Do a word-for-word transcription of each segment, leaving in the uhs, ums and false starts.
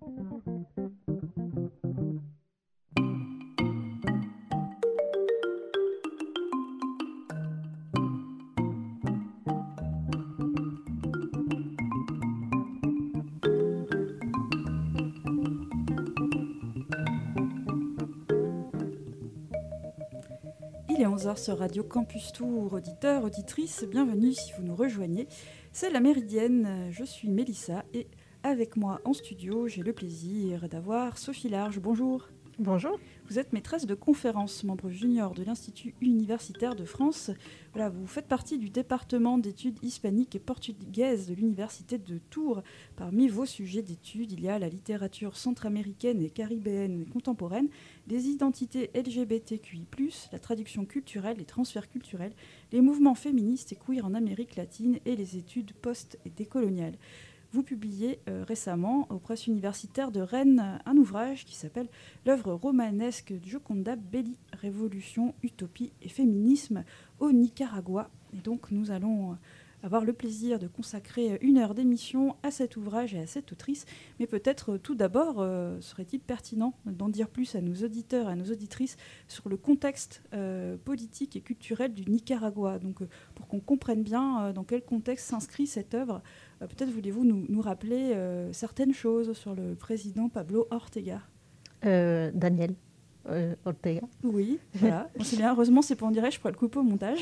Il est onze heures sur Radio Campus Tour, auditeurs, auditrices, bienvenue si vous nous rejoignez. C'est La Méridienne, je suis Mélissa et avec moi en studio, j'ai le plaisir d'avoir Sophie Large. Bonjour. Bonjour. Vous êtes maîtresse de conférences, membre junior de l'Institut universitaire de France. Voilà, vous faites partie du département d'études hispaniques et portugaises de l'Université de Tours. Parmi vos sujets d'études, il y a la littérature centra-américaine et caribéenne et contemporaine, les identités L G B T Q I plus, la traduction culturelle, les transferts culturels, les mouvements féministes et queer en Amérique latine et les études post- et décoloniales. Vous publiez euh, récemment aux presses universitaires de Rennes un ouvrage qui s'appelle « L'œuvre romanesque Gioconda Belli, Révolution, Utopie et Féminisme au Nicaragua ». Et donc nous allons avoir le plaisir de consacrer une heure d'émission à cet ouvrage et à cette autrice. Mais peut-être tout d'abord, euh, serait-il pertinent d'en dire plus à nos auditeurs et à nos auditrices sur le contexte euh, politique et culturel du Nicaragua. Donc euh, pour qu'on comprenne bien euh, dans quel contexte s'inscrit cette œuvre, euh, peut-être voulez-vous nous, nous rappeler euh, certaines choses sur le président Pablo Ortega. Euh, Daniel euh, Ortega. Oui, voilà. Bon, c'est bien. Heureusement, c'est pas en direct, je pourrais le couper au montage.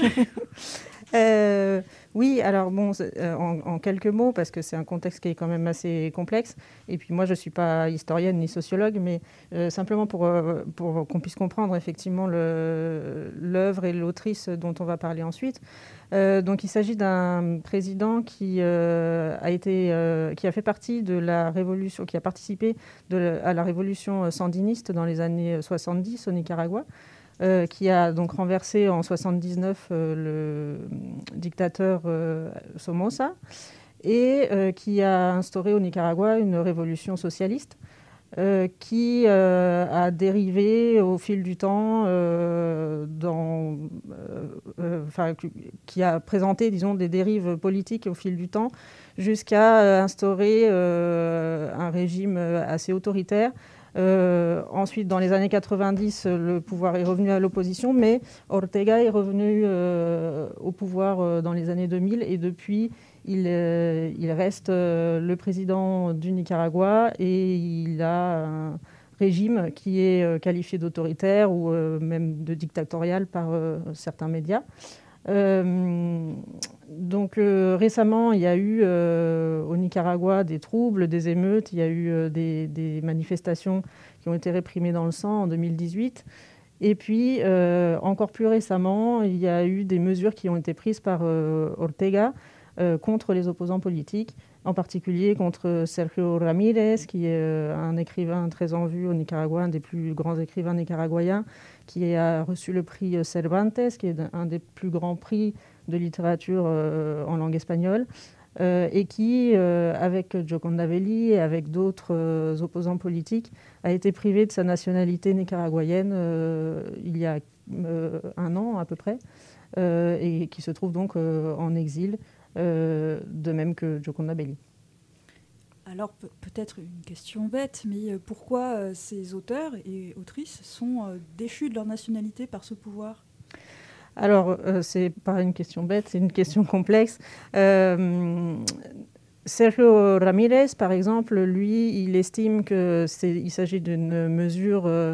euh, oui, alors bon, euh, en, en quelques mots, parce que c'est un contexte qui est quand même assez complexe. Et puis moi, je ne suis pas historienne ni sociologue, mais euh, simplement pour, euh, pour qu'on puisse comprendre effectivement le, l'œuvre et l'autrice dont on va parler ensuite. Euh, donc il s'agit d'un président qui, euh, a été, euh, qui a fait partie de la révolution, qui a participé de la, à la révolution sandiniste dans les années soixante-dix au Nicaragua, euh, qui a donc renversé en soixante-dix-neuf euh, le dictateur euh, Somoza et euh, qui a instauré au Nicaragua une révolution socialiste. Euh, qui euh, a dérivé au fil du temps, euh, dans, euh, euh, qui a présenté, disons, des dérives politiques au fil du temps, jusqu'à euh, instaurer euh, un régime assez autoritaire. Euh, ensuite, dans les années quatre-vingt-dix, le pouvoir est revenu à l'opposition, mais Ortega est revenu euh, au pouvoir euh, dans les années deux mille, et depuis, il, euh, il reste euh, le président du Nicaragua et il a un régime qui est euh, qualifié d'autoritaire ou euh, même de dictatorial par euh, certains médias. Euh, donc euh, récemment, il y a eu euh, au Nicaragua des troubles, des émeutes, il y a eu euh, des, des manifestations qui ont été réprimées dans le sang en deux mille dix-huit. Et puis, euh, encore plus récemment, il y a eu des mesures qui ont été prises par euh, Ortega euh, contre les opposants politiques, en particulier contre Sergio Ramírez, qui est euh, un écrivain très en vue au Nicaragua, un des plus grands écrivains nicaraguayens, qui a reçu le prix Cervantes, qui est un des plus grands prix de littérature euh, en langue espagnole, euh, et qui, euh, avec Gioconda Belli et avec d'autres euh, opposants politiques, a été privé de sa nationalité nicaraguayenne euh, il y a euh, un an à peu près, euh, et qui se trouve donc euh, en exil, euh, de même que Gioconda Belli. Alors pe- peut-être une question bête, mais pourquoi euh, ces auteurs et autrices sont euh, déchus de leur nationalité par ce pouvoir ? Alors, euh, c'est pas une question bête, c'est une question complexe. Euh, Sergio Ramírez, par exemple, lui, il estime qu'il s'agit d'une mesure euh,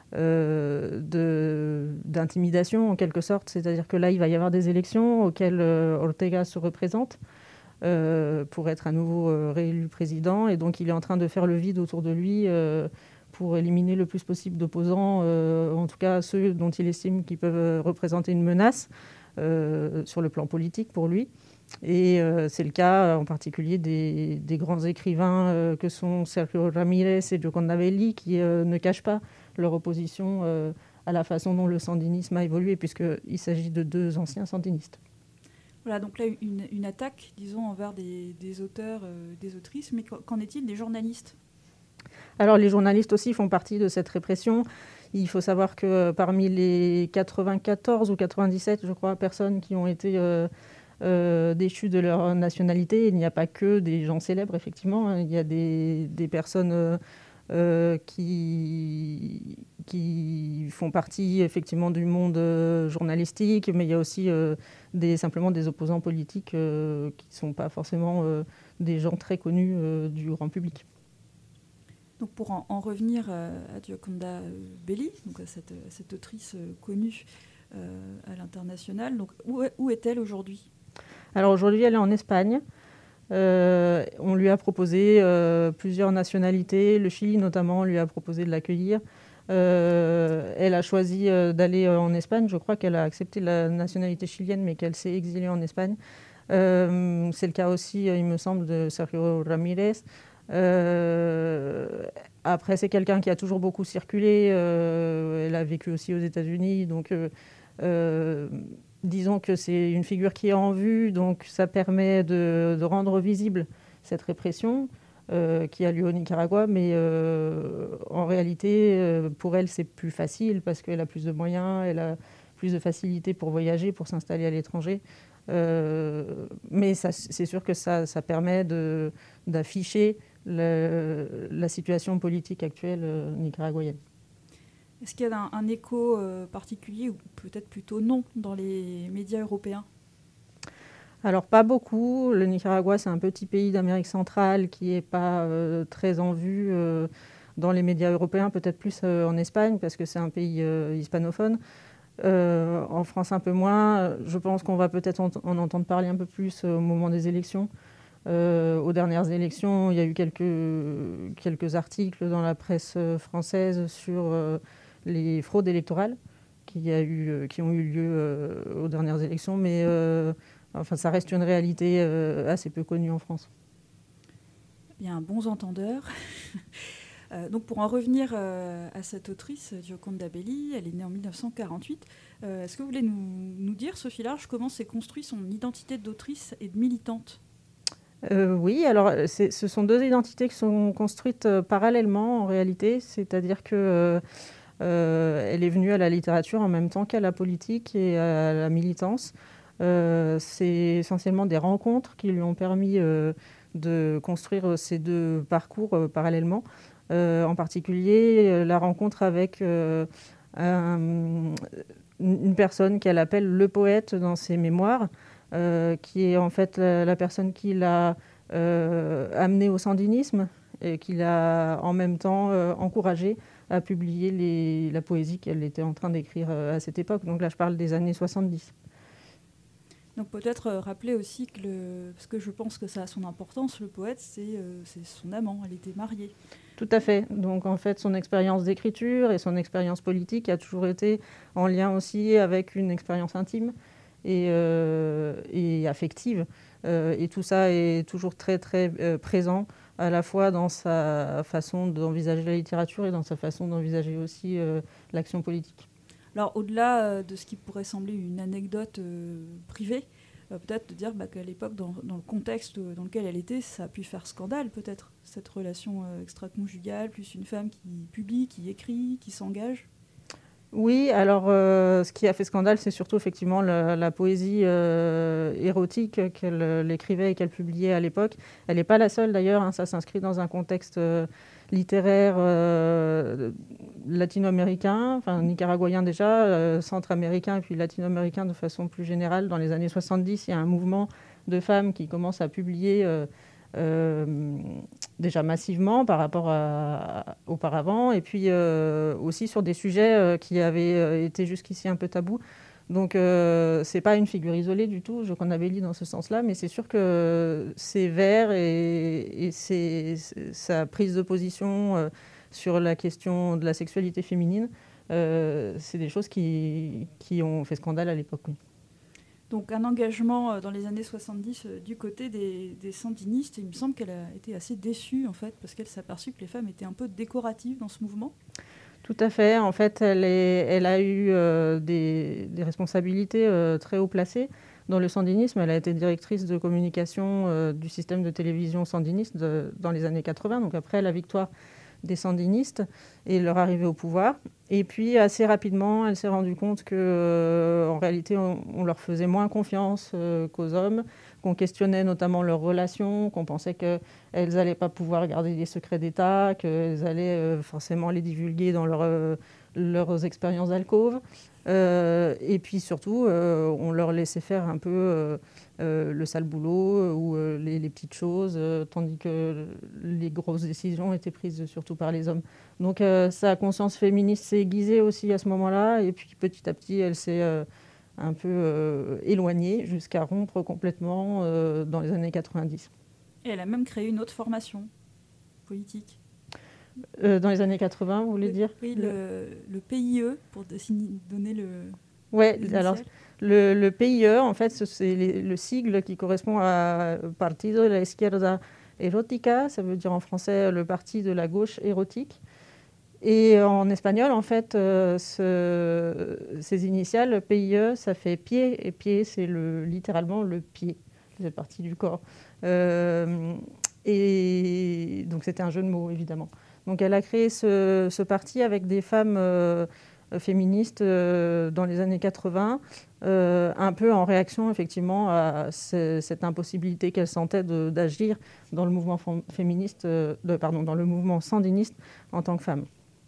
euh, de, d'intimidation, en quelque sorte. C'est-à-dire que là, il va y avoir des élections auxquelles euh, Ortega se représente euh, pour être à nouveau euh, réélu président. Et donc, il est en train de faire le vide autour de lui euh, pour éliminer le plus possible d'opposants, euh, en tout cas ceux dont il estime qu'ils peuvent représenter une menace euh, sur le plan politique pour lui. Et euh, c'est le cas en particulier des, des grands écrivains euh, que sont Sergio Ramírez et Gioconda Belli, qui euh, ne cachent pas leur opposition euh, à la façon dont le sandinisme a évolué, puisqu'il s'agit de deux anciens sandinistes. Voilà, donc là, une, une attaque, disons, envers des, des auteurs, euh, des autrices, mais qu'en est-il des journalistes ? Alors, les journalistes aussi font partie de cette répression. Il faut savoir que parmi les quatre-vingt-quatorze ou quatre-vingt-dix-sept, je crois, personnes qui ont été... Euh, euh, déchus de leur nationalité. Il n'y a pas que des gens célèbres, effectivement. Il y a des, des personnes euh, euh, qui, qui font partie, effectivement, du monde euh, journalistique, mais il y a aussi euh, des, simplement des opposants politiques euh, qui ne sont pas forcément euh, des gens très connus euh, du grand public. Donc pour en, en revenir euh, à Gioconda Belli, donc à cette, à cette autrice euh, connue euh, à l'international, donc où, où est-elle aujourd'hui? Alors aujourd'hui, elle est en Espagne. Euh, on lui a proposé euh, plusieurs nationalités. Le Chili, notamment, lui a proposé de l'accueillir. Euh, elle a choisi euh, d'aller euh, en Espagne. Je crois qu'elle a accepté la nationalité chilienne, mais qu'elle s'est exilée en Espagne. Euh, c'est le cas aussi, euh, il me semble, de Sergio Ramirez. Euh, après, c'est quelqu'un qui a toujours beaucoup circulé. Euh, elle a vécu aussi aux États-Unis. Donc, euh, euh, disons que c'est une figure qui est en vue. Donc, ça permet de, de rendre visible cette répression euh, qui a lieu au Nicaragua. Mais euh, en réalité, euh, pour elle, c'est plus facile parce qu'elle a plus de moyens, elle a plus de facilité pour voyager, pour s'installer à l'étranger. Euh, mais ça, c'est sûr que ça, ça permet de, d'afficher le, la situation politique actuelle euh, nicaraguayenne. Est-ce qu'il y a un, un écho euh, particulier, ou peut-être plutôt non, dans les médias européens? Alors pas beaucoup. Le Nicaragua, c'est un petit pays d'Amérique centrale qui n'est pas euh, très en vue euh, dans les médias européens, peut-être plus euh, en Espagne, parce que c'est un pays euh, hispanophone. Euh, en France, un peu moins. Je pense qu'on va peut-être en, en entendre parler un peu plus au moment des élections. Euh, aux dernières élections, il y a eu quelques, quelques articles dans la presse française sur euh, les fraudes électorales qui, a eu, qui ont eu lieu euh, aux dernières élections, mais euh, enfin, ça reste une réalité euh, assez peu connue en France. Bien, bons entendeurs. Euh, donc pour en revenir euh, à cette autrice, Gioconda Belli, elle est née en mille neuf cent quarante-huit. Euh, est-ce que vous voulez nous, nous dire, Sophie Large, comment s'est construite son identité d'autrice et de militante? Euh, oui, alors c'est, ce sont deux identités qui sont construites euh, parallèlement en réalité, c'est-à-dire que euh, euh, elle est venue à la littérature en même temps qu'à la politique et à la militance. Euh, c'est essentiellement des rencontres qui lui ont permis euh, de construire ces deux parcours euh, parallèlement. Euh, en particulier, euh, la rencontre avec euh, un, une personne qu'elle appelle le poète dans ses mémoires, euh, qui est en fait la, la personne qui l'a euh, amené au sandinisme et qui l'a en même temps euh, encouragé à publier les, la poésie qu'elle était en train d'écrire euh, à cette époque. Donc là, je parle des années soixante-dix. Donc peut-être euh, rappeler aussi que, le... parce que je pense que ça a son importance, le poète, c'est, euh, c'est son amant, elle était mariée. Tout à fait. Donc en fait, son expérience d'écriture et son expérience politique a toujours été en lien aussi avec une expérience intime et, euh, et affective. Euh, et tout ça est toujours très très euh, présent à la fois dans sa façon d'envisager la littérature et dans sa façon d'envisager aussi euh, l'action politique. Alors au-delà euh, de ce qui pourrait sembler une anecdote euh, privée, euh, peut-être de dire bah, qu'à l'époque, dans, dans le contexte dans lequel elle était, ça a pu faire scandale peut-être, cette relation euh, extra-conjugale, plus une femme qui publie, qui écrit, qui s'engage. Oui, alors euh, ce qui a fait scandale, c'est surtout effectivement la, la poésie euh, érotique qu'elle euh, écrivait et qu'elle publiait à l'époque. Elle n'est pas la seule d'ailleurs, hein, ça s'inscrit dans un contexte euh, littéraire euh, latino-américain, enfin nicaraguayen déjà, euh, centra-américain et puis latino-américain de façon plus générale. Dans les années soixante-dix, il y a un mouvement de femmes qui commencent à publier euh, euh, déjà massivement par rapport à, à, auparavant, et puis euh, aussi sur des sujets euh, qui avaient euh, été jusqu'ici un peu tabous. Donc euh, c'est pas une figure isolée du tout, Gioconda Belli dans ce sens-là, mais c'est sûr que ses vers et, et ses, sa prise de position euh, sur la question de la sexualité féminine, euh, c'est des choses qui, qui ont fait scandale à l'époque. Oui. Donc un engagement dans les années soixante-dix euh, du côté des, des sandinistes. Et il me semble qu'elle a été assez déçue, en fait, parce qu'elle s'est aperçue que les femmes étaient un peu décoratives dans ce mouvement. Tout à fait. En fait, elle, est, elle a eu euh, des, des responsabilités euh, très haut placées dans le sandinisme. Elle a été directrice de communication euh, du système de télévision sandiniste de, dans les années quatre-vingts, donc après la victoire des sandinistes et leur arrivée au pouvoir. Et puis, assez rapidement, elle s'est rendue compte qu'en euh, réalité, on, on leur faisait moins confiance euh, qu'aux hommes, qu'on questionnait notamment leurs relations, qu'on pensait qu'elles n'allaient pas pouvoir garder les secrets d'État, qu'elles allaient euh, forcément les divulguer dans leur, euh, leurs expériences d'alcôve. Euh, et puis surtout, euh, on leur laissait faire un peu euh, euh, le sale boulot ou euh, les, les petites choses, euh, tandis que les grosses décisions étaient prises surtout par les hommes. Donc euh, sa conscience féministe s'est aiguisée aussi à ce moment-là, et puis petit à petit, elle s'est euh, un peu euh, éloignée jusqu'à rompre complètement euh, dans les années quatre-vingt-dix. Et elle a même créé une autre formation politique. Euh, dans les années quatre-vingts, vous voulez le, dire Oui, le, le P I E, pour donner le... Ouais, alors le, le P I E, en fait, c'est les, le sigle qui correspond à Partido de la Izquierda Erótica, ça veut dire en français le parti de la gauche érotique. Et en espagnol, en fait, euh, ce, ces initiales, P I E, ça fait pied, et pied, c'est le, littéralement le pied, cette partie du corps. Euh, et donc c'était un jeu de mots, évidemment. Donc elle a créé ce, ce parti avec des femmes euh, féministes euh, dans les années quatre-vingts, euh, un peu en réaction effectivement à ce, cette impossibilité qu'elle sentait de, d'agir dans le mouvement féministe, euh, de, pardon, dans le mouvement sandiniste en tant que femme.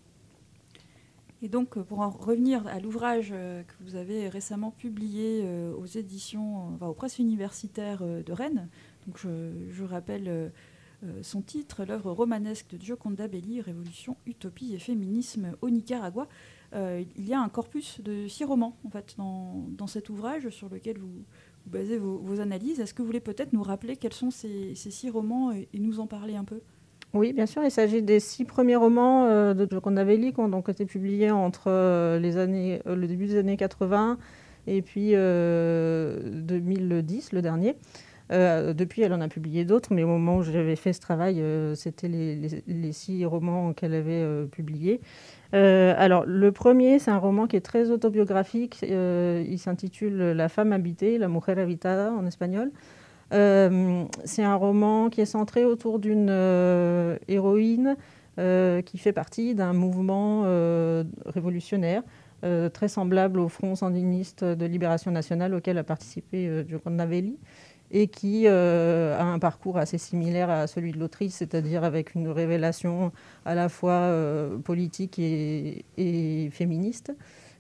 Et donc, pour en revenir à l'ouvrage que vous avez récemment publié aux éditions, enfin, aux presses universitaires de Rennes, donc je, je rappelle son titre, l'œuvre romanesque de Gioconda Belli, Révolution, utopie et féminisme au Nicaragua. Euh, il y a un corpus de six romans en fait, dans, dans cet ouvrage sur lequel vous, vous basez vos, vos analyses. Est-ce que vous voulez peut-être nous rappeler quels sont ces, ces six romans et, et nous en parler un peu ? Oui, bien sûr. Il s'agit des six premiers romans euh, de Gioconda Belli qui ont donc été publiés entre euh, les années, euh, le début des années quatre-vingts et puis euh, deux mille dix, le dernier. Euh, depuis, elle en a publié d'autres, mais au moment où j'avais fait ce travail, euh, c'était les, les, les six romans qu'elle avait euh, publiés. Euh, alors, le premier, c'est un roman qui est très autobiographique. Euh, il s'intitule La femme habitée, La mujer habitada en espagnol. Euh, c'est un roman qui est centré autour d'une euh, héroïne euh, qui fait partie d'un mouvement euh, révolutionnaire euh, très semblable au Front sandiniste de libération nationale auquel a participé euh, Gioconda Belli et qui euh, a un parcours assez similaire à celui de l'autrice, c'est-à-dire avec une révélation à la fois euh, politique et, et féministe.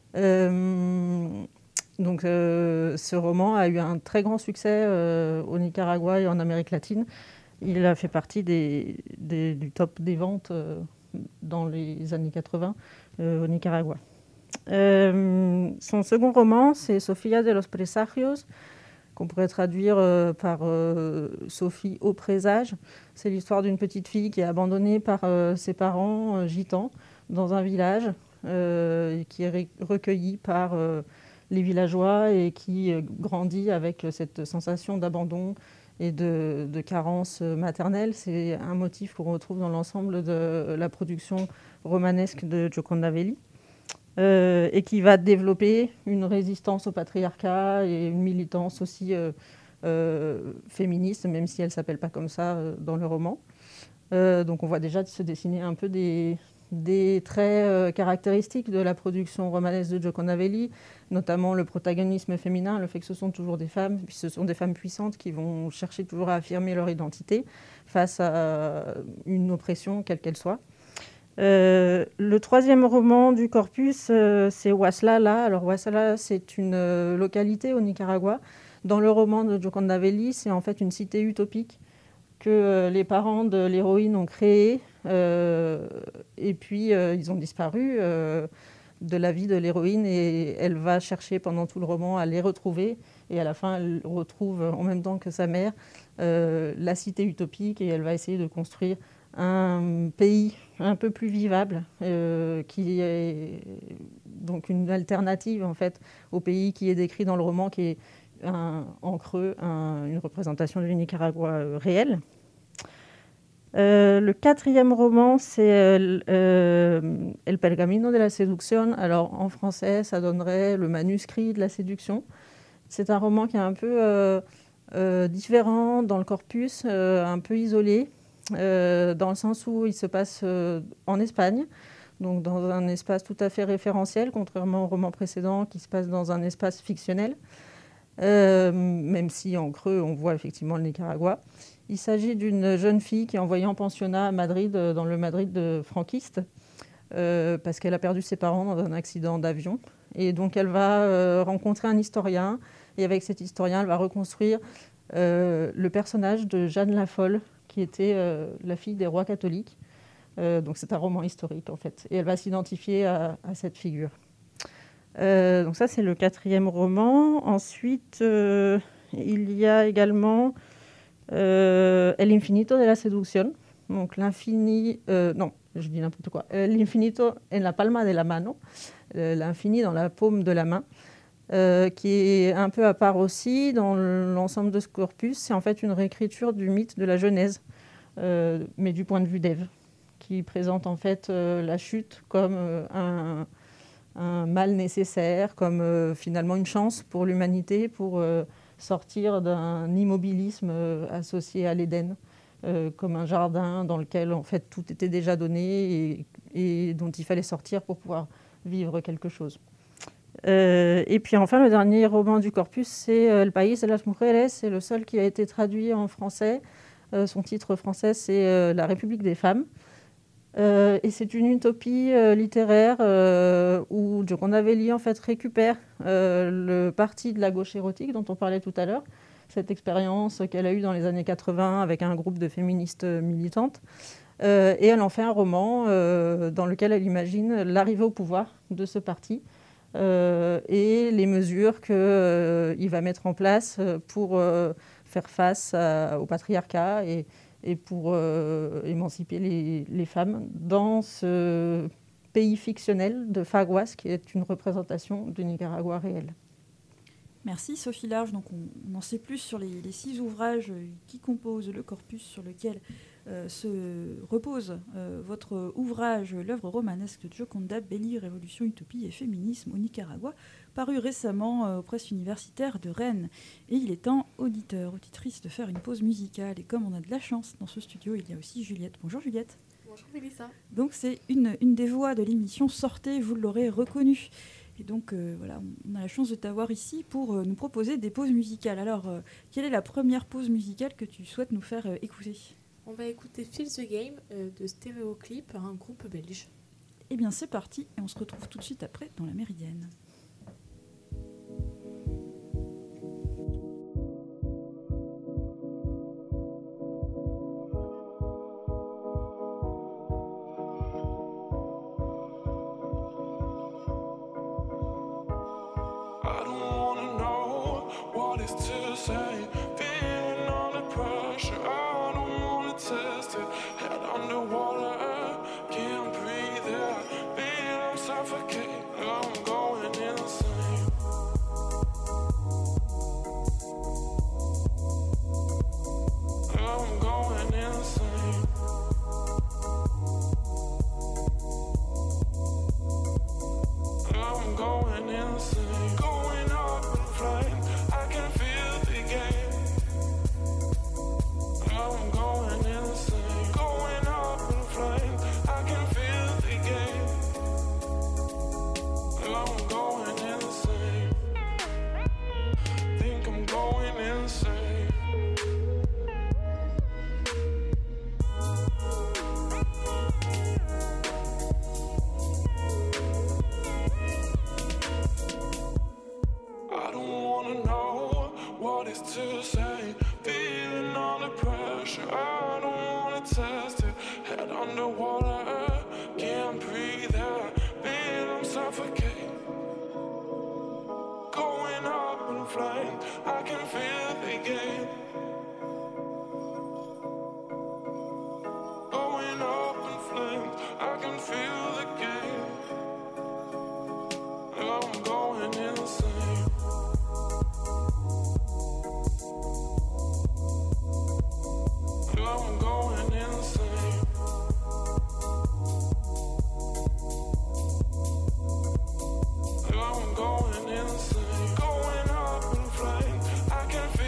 Euh, Donc, euh, ce roman a eu un très grand succès euh, au Nicaragua et en Amérique latine. Il a fait partie des, des, du top des ventes euh, dans les années quatre-vingts euh, au Nicaragua. Euh, son second roman, c'est Sofía de los Presagios, qu'on pourrait traduire euh, par euh, Sophie au présage. C'est l'histoire d'une petite fille qui est abandonnée par euh, ses parents euh, gitans dans un village euh, et qui est recueillie par... Euh, les villageois et qui grandit avec cette sensation d'abandon et de, de carence maternelle. C'est un motif qu'on retrouve dans l'ensemble de la production romanesque de Gioconda Belli euh, et qui va développer une résistance au patriarcat et une militance aussi euh, euh, féministe, même si elle ne s'appelle pas comme ça euh, dans le roman. Euh, donc on voit déjà se dessiner un peu des... des traits euh, caractéristiques de la production romanesque de Gioconda Belli, notamment le protagonisme féminin, le fait que ce sont toujours des femmes, puis ce sont des femmes puissantes qui vont chercher toujours à affirmer leur identité face à une oppression, quelle qu'elle soit. Euh, le troisième roman du corpus, euh, c'est Huaslala. Alors Huaslala, c'est une euh, localité au Nicaragua. Dans le roman de Gioconda Belli, c'est en fait une cité utopique que euh, les parents de l'héroïne ont créée. Euh, et puis, euh, ils ont disparu euh, de la vie de l'héroïne et elle va chercher pendant tout le roman à les retrouver. Et à la fin, elle retrouve en même temps que sa mère euh, la cité utopique et elle va essayer de construire un pays un peu plus vivable euh, qui est donc une alternative en fait au pays qui est décrit dans le roman, qui est un, en creux un, une représentation du Nicaragua euh, réel. Euh, le quatrième roman, c'est euh, El Pergamino de la Seducción. Alors, en français, ça donnerait Le manuscrit de la séduction. C'est un roman qui est un peu euh, euh, différent dans le corpus, euh, un peu isolé, euh, dans le sens où il se passe euh, en Espagne. donc dans un espace tout à fait référentiel, contrairement au roman précédent qui se passe dans un espace fictionnel, euh, même si en creux on voit effectivement le Nicaragua. Il s'agit d'une jeune fille qui est envoyée en pensionnat à Madrid, dans le Madrid de franquiste, euh, parce qu'elle a perdu ses parents dans un accident d'avion. Et donc elle va euh, rencontrer un historien, et avec cet historien, elle va reconstruire euh, le personnage de Jeanne la Folle, qui était euh, la fille des rois catholiques. Euh, donc c'est un roman historique en fait, et elle va s'identifier à, à cette figure. Euh, donc ça c'est le quatrième roman. Ensuite, euh, il y a également euh, El Infinito de la Seducción, donc l'infini, euh, non, je dis n'importe quoi, El Infinito en la palma de la mano, euh, l'infini dans la paume de la main, euh, qui est un peu à part aussi dans l'ensemble de ce corpus. C'est en fait une réécriture du mythe de la Genèse, euh, mais du point de vue d'Ève, qui présente en fait euh, la chute comme euh, un, un mal nécessaire, comme euh, finalement une chance pour l'humanité pour euh, sortir d'un immobilisme euh, associé à l'Éden, euh, comme un jardin dans lequel en fait tout était déjà donné et, et dont il fallait sortir pour pouvoir vivre quelque chose. Euh, et puis enfin, le dernier roman du corpus, c'est euh, El País de las Mujeres, c'est le seul qui a été traduit en français. Euh, son titre français, c'est euh, La République des femmes. Euh, et c'est une utopie euh, littéraire euh, où Gioconda Belli en fait récupère euh, le parti de la gauche érotique dont on parlait tout à l'heure, cette expérience qu'elle a eue dans les années quatre-vingts avec un groupe de féministes militantes, euh, et elle en fait un roman euh, dans lequel elle imagine l'arrivée au pouvoir de ce parti euh, et les mesures qu'il euh, va mettre en place pour euh, faire face à, au patriarcat et et pour euh, émanciper les, les femmes dans ce pays fictionnel de Faguas, qui est une représentation du Nicaragua réel. Merci Sophie Large. Donc on, on en sait plus sur les, les six ouvrages qui composent le corpus sur lequel euh, se repose euh, votre ouvrage, l'œuvre romanesque de Gioconda Belli, Révolution, Utopie et Féminisme au Nicaragua, paru récemment euh, aux presses universitaires de Rennes. Et il est temps, auditeurs, auditrices, de faire une pause musicale. Et comme on a de la chance dans ce studio, il y a aussi Juliette. Bonjour Juliette. Bonjour Mélissa. Donc c'est une, une des voix de l'émission Sortez, vous l'aurez reconnue. Et donc euh, voilà, on a la chance de t'avoir ici pour euh, nous proposer des pauses musicales. Alors, euh, quelle est la première pause musicale que tu souhaites nous faire euh, écouter ? On va écouter Feel the Game euh, de Stéréoclip, un groupe belge. Eh bien c'est parti, et on se retrouve tout de suite après dans la Méridienne. I'm going insane, going up in flames. I can feel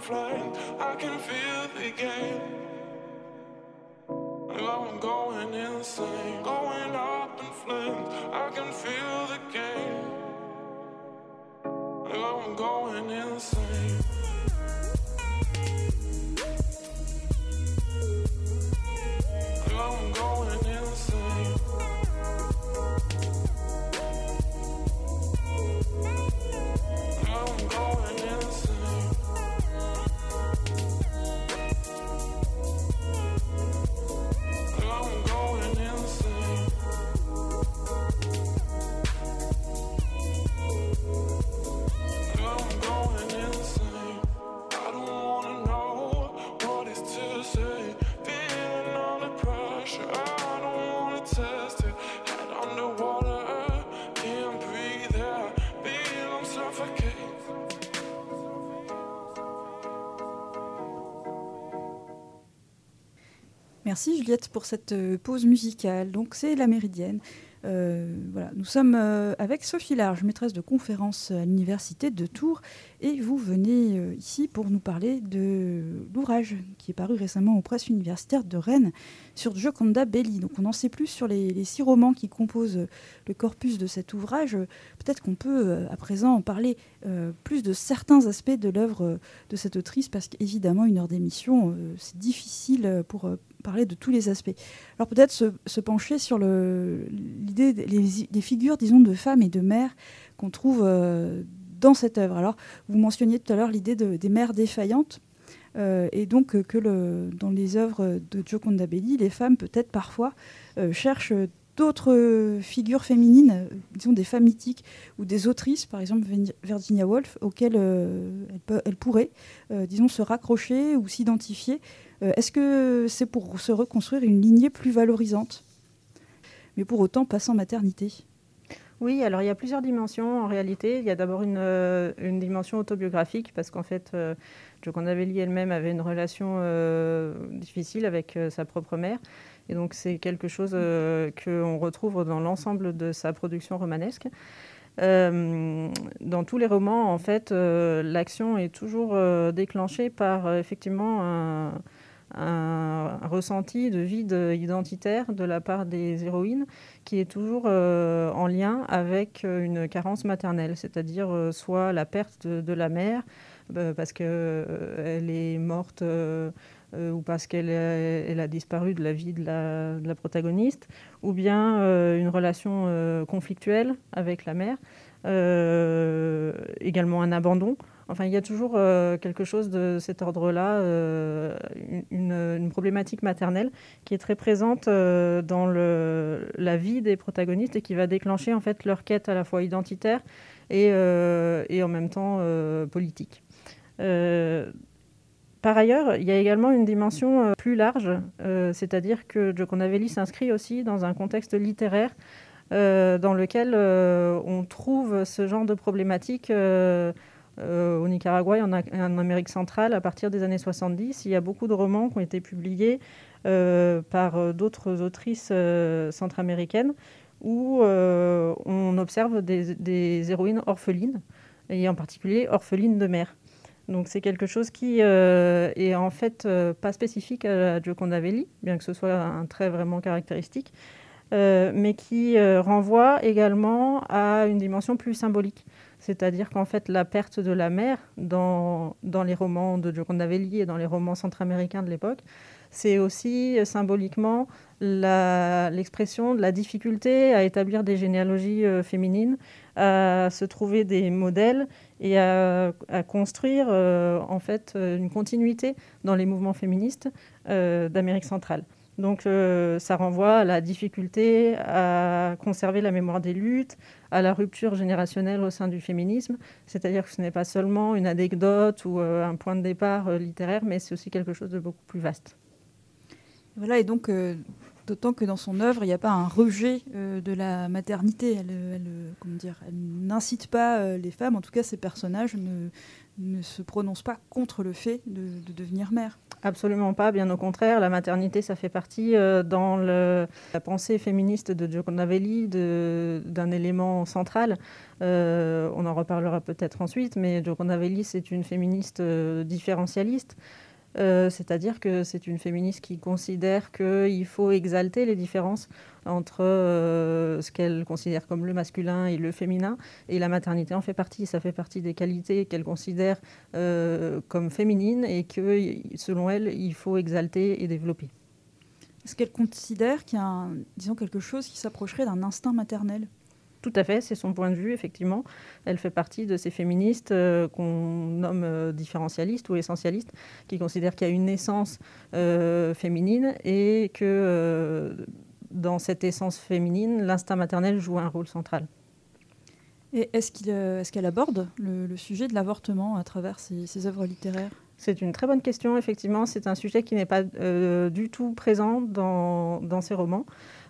flames. I can feel the game. I'm going insane, going up in flames. I can feel the game. I'm going insane. I'm going insane. I'm going insane. I'm going insane. I'm going insane. I don't wanna know what is to say. Feeling under pressure, I don't wanna test it. Head underwater, can't breathe out. Feel I'm suffocating. Merci Juliette pour cette euh, pause musicale. Donc c'est La Méridienne. Euh, voilà, nous sommes euh, avec Sophie Large, maîtresse de conférence à l'université de Tours, et vous venez euh, ici pour nous parler de l'ouvrage qui est paru récemment aux presses universitaires de Rennes sur Gioconda Belli. Donc on en sait plus sur les, les six romans qui composent le corpus de cet ouvrage. Peut-être qu'on peut euh, à présent en parler euh, plus de certains aspects de l'œuvre euh, de cette autrice, parce qu'évidemment une heure d'émission euh, c'est difficile pour euh, parler de tous les aspects. Alors peut-être se, se pencher sur le, l'idée des les, les figures, disons, de femmes et de mères qu'on trouve euh, dans cette œuvre. Alors vous mentionniez tout à l'heure l'idée de, des mères défaillantes, euh, et donc euh, que le, dans les œuvres de Gioconda Belli, les femmes peut-être parfois euh, cherchent d'autres figures féminines, euh, disons des femmes mythiques ou des autrices, par exemple Virginia Woolf, auxquelles euh, elles, pe- elles pourraient, euh, disons, se raccrocher ou s'identifier. Euh, est-ce que c'est pour se reconstruire une lignée plus valorisante, mais pour autant pas sans maternité ? Oui, alors il y a plusieurs dimensions en réalité. Il y a d'abord une, euh, une dimension autobiographique, parce qu'en fait, euh, Gioconda Belli elle-même avait une relation euh, difficile avec euh, sa propre mère. Et donc c'est quelque chose euh, qu'on retrouve dans l'ensemble de sa production romanesque. Euh, dans tous les romans, en fait, euh, l'action est toujours euh, déclenchée par euh, effectivement un, un, un ressenti de vide identitaire de la part des héroïnes, qui est toujours euh, en lien avec une carence maternelle, c'est-à-dire euh, soit la perte de, de la mère, euh, parce qu'elle euh, est morte euh, euh, ou parce qu'elle a, elle a disparu de la vie de la, de la protagoniste, ou bien euh, une relation euh, conflictuelle avec la mère, euh, également un abandon. Enfin, il y a toujours euh, quelque chose de cet ordre-là, euh, une, une problématique maternelle qui est très présente euh, dans le, la vie des protagonistes et qui va déclencher en fait leur quête à la fois identitaire et, euh, et en même temps euh, politique. Euh, Par ailleurs, il y a également une dimension euh, plus large, euh, c'est-à-dire que Gioconda Belli s'inscrit aussi dans un contexte littéraire euh, dans lequel euh, on trouve ce genre de problématiques euh, euh, au Nicaragua et en, en Amérique centrale à partir des années soixante-dix. Il y a beaucoup de romans qui ont été publiés euh, par d'autres autrices euh, centra-américaines où euh, on observe des, des héroïnes orphelines, et en particulier orphelines de mère. Donc c'est quelque chose qui euh, est en fait euh, pas spécifique à Gioconda Belli, bien que ce soit un trait vraiment caractéristique, euh, mais qui euh, renvoie également à une dimension plus symbolique. C'est-à-dire qu'en fait la perte de la mère dans, dans les romans de Gioconda Belli et dans les romans centra-américains de l'époque, c'est aussi symboliquement la, l'expression de la difficulté à établir des généalogies euh, féminines, à se trouver des modèles et à, à construire euh, en fait une continuité dans les mouvements féministes euh, d'Amérique centrale. Donc euh, ça renvoie à la difficulté à conserver la mémoire des luttes, à la rupture générationnelle au sein du féminisme, c'est-à-dire que ce n'est pas seulement une anecdote ou euh, un point de départ euh, littéraire, mais c'est aussi quelque chose de beaucoup plus vaste. Voilà, et donc, euh, d'autant que dans son œuvre, il n'y a pas un rejet euh, de la maternité. Elle, elle, comment dire, elle n'incite pas euh, les femmes, en tout cas ces personnages ne, ne se prononce pas contre le fait de, de devenir mère. Absolument pas, bien au contraire. La maternité, ça fait partie euh, dans le, la pensée féministe de Giacomelli de, d'un élément central. Euh, on en reparlera peut-être ensuite, mais Giacomelli, c'est une féministe euh, différentialiste. Euh, c'est-à-dire que c'est une féministe qui considère qu'il faut exalter les différences entre euh, ce qu'elle considère comme le masculin et le féminin, et la maternité en fait partie. Ça fait partie des qualités qu'elle considère euh, comme féminines et que, selon elle, il faut exalter et développer. Est-ce qu'elle considère qu'il y a, un, disons, quelque chose qui s'approcherait d'un instinct maternel ? Tout à fait, c'est son point de vue, effectivement. Elle fait partie de ces féministes euh, qu'on nomme euh, différentialistes ou essentialistes, qui considèrent qu'il y a une essence euh, féminine et que euh, dans cette essence féminine, l'instinct maternel joue un rôle central. Et est-ce, qu'il, euh, est-ce qu'elle aborde le, le sujet de l'avortement à travers ses, ses œuvres littéraires ? C'est une très bonne question, effectivement. C'est un sujet qui n'est pas euh, du tout présent dans, dans ses romans.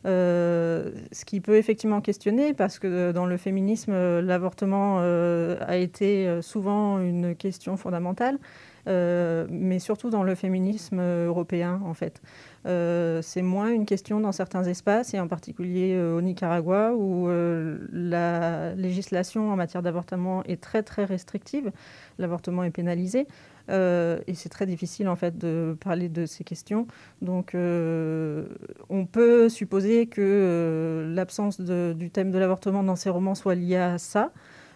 Euh, ce qui peut effectivement questionner, parce que dans le féminisme, euh, l'avortement euh, a été souvent une question fondamentale, euh, mais surtout dans le féminisme européen, en fait. Euh, c'est moins une question dans certains espaces, et en particulier euh, au Nicaragua, où euh, la législation en matière d'avortement est très, très restrictive. L'avortement est pénalisé. Euh, et c'est très difficile en fait de parler de ces questions. Donc euh, on peut supposer que euh, l'absence de, du thème de l'avortement dans ces romans soit liée à ça.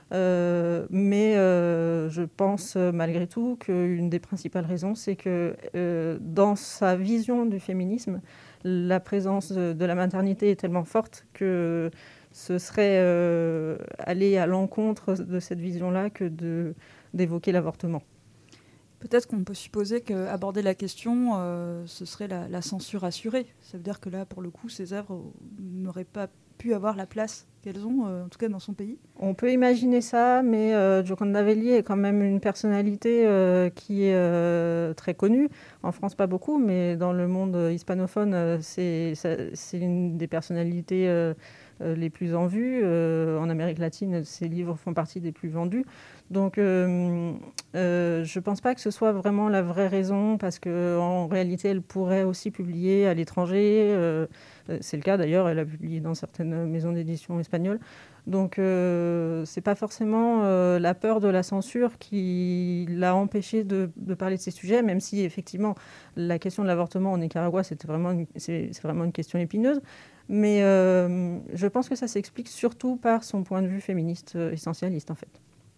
Euh, mais euh, je pense malgré tout qu'une des principales raisons, c'est que euh, dans sa vision du féminisme, la présence de, de la maternité est tellement forte que ce serait euh, aller à l'encontre de cette vision-là que de, d'évoquer l'avortement. Peut-être qu'on peut supposer qu'aborder la question, euh, ce serait la, la censure assurée. Ça veut dire que là, pour le coup, ces œuvres n'auraient pas pu avoir la place qu'elles ont, euh, en tout cas dans son pays. On peut imaginer ça, mais euh, Giacomelli est quand même une personnalité euh, qui est euh, très connue. En France, pas beaucoup, mais dans le monde hispanophone, euh, c'est, ça, c'est une des personnalités euh, euh, les plus en vue. Euh, en Amérique latine, ses livres font partie des plus vendus. Donc, euh, euh, je ne pense pas que ce soit vraiment la vraie raison, parce qu'en réalité, elle pourrait aussi publier à l'étranger. Euh, c'est le cas d'ailleurs, elle a publié dans certaines maisons d'édition espagnoles. Donc, euh, ce n'est pas forcément euh, la peur de la censure qui l'a empêché de, de parler de ces sujets, même si effectivement, la question de l'avortement au Nicaragua, c'était vraiment une, c'est, c'est vraiment une question épineuse. Mais euh, je pense que ça s'explique surtout par son point de vue féministe euh, essentialiste, en fait.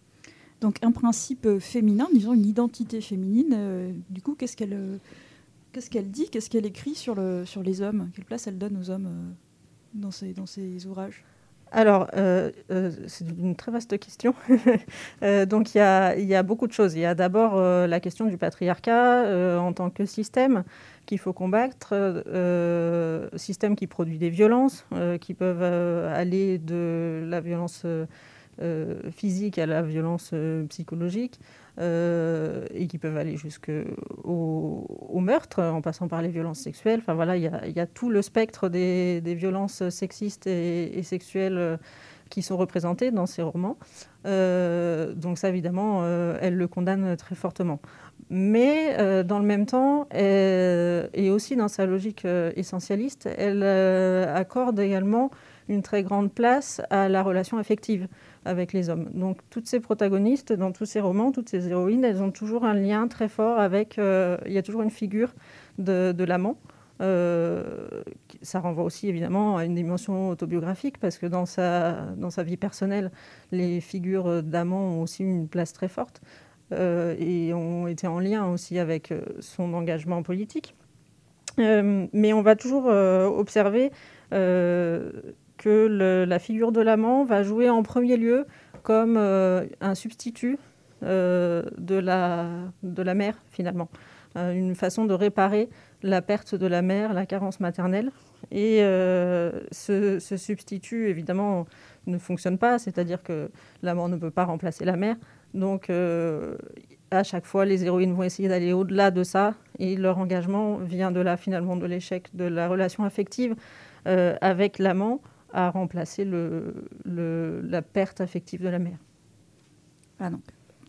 Donc un principe féminin, disons une identité féminine, euh, du coup, qu'est-ce qu'elle, euh, qu'est-ce qu'elle dit, qu'est-ce qu'elle écrit sur, le, sur les hommes ? Quelle place elle donne aux hommes euh, dans, ses, dans ses ouvrages ? Alors, euh, euh, c'est une très vaste question. euh, donc, il y a, y a beaucoup de choses. Il y a d'abord euh, la question du patriarcat euh, en tant que système qu'il faut combattre, euh, système qui produit des violences, euh, qui peuvent euh, aller de la violence euh, euh, physique à la violence euh, psychologique, euh, et qui peuvent aller jusqu'au au meurtre, en passant par les violences sexuelles. Enfin voilà, il y a, y a tout le spectre des, des violences sexistes et, et sexuelles euh, qui sont représentées dans ces romans. Euh, donc ça, évidemment, euh, elle le condamne très fortement. Mais euh, dans le même temps, elle, et aussi dans sa logique euh, essentialiste, elle euh, accorde également une très grande place à la relation affective avec les hommes. Donc toutes ces protagonistes, dans tous ces romans, toutes ces héroïnes, elles ont toujours un lien très fort avec... Euh, il y a toujours une figure de, de l'amant. Euh, ça renvoie aussi évidemment à une dimension autobiographique, parce que dans sa, dans sa vie personnelle, les figures d'amants ont aussi une place très forte euh, et ont été en lien aussi avec son engagement politique. Euh, mais on va toujours euh, observer... Euh, que le, la figure de l'amant va jouer en premier lieu comme euh, un substitut euh, de, la, de la mère, finalement. Euh, une façon de réparer la perte de la mère, la carence maternelle. Et euh, ce, ce substitut, évidemment, ne fonctionne pas, c'est-à-dire que l'amant ne peut pas remplacer la mère. Donc, euh, à chaque fois, les héroïnes vont essayer d'aller au-delà de ça, et leur engagement vient de là, finalement, de l'échec de la relation affective euh, avec l'amant, à remplacer le, le, la perte affective de la mère. Ah, donc,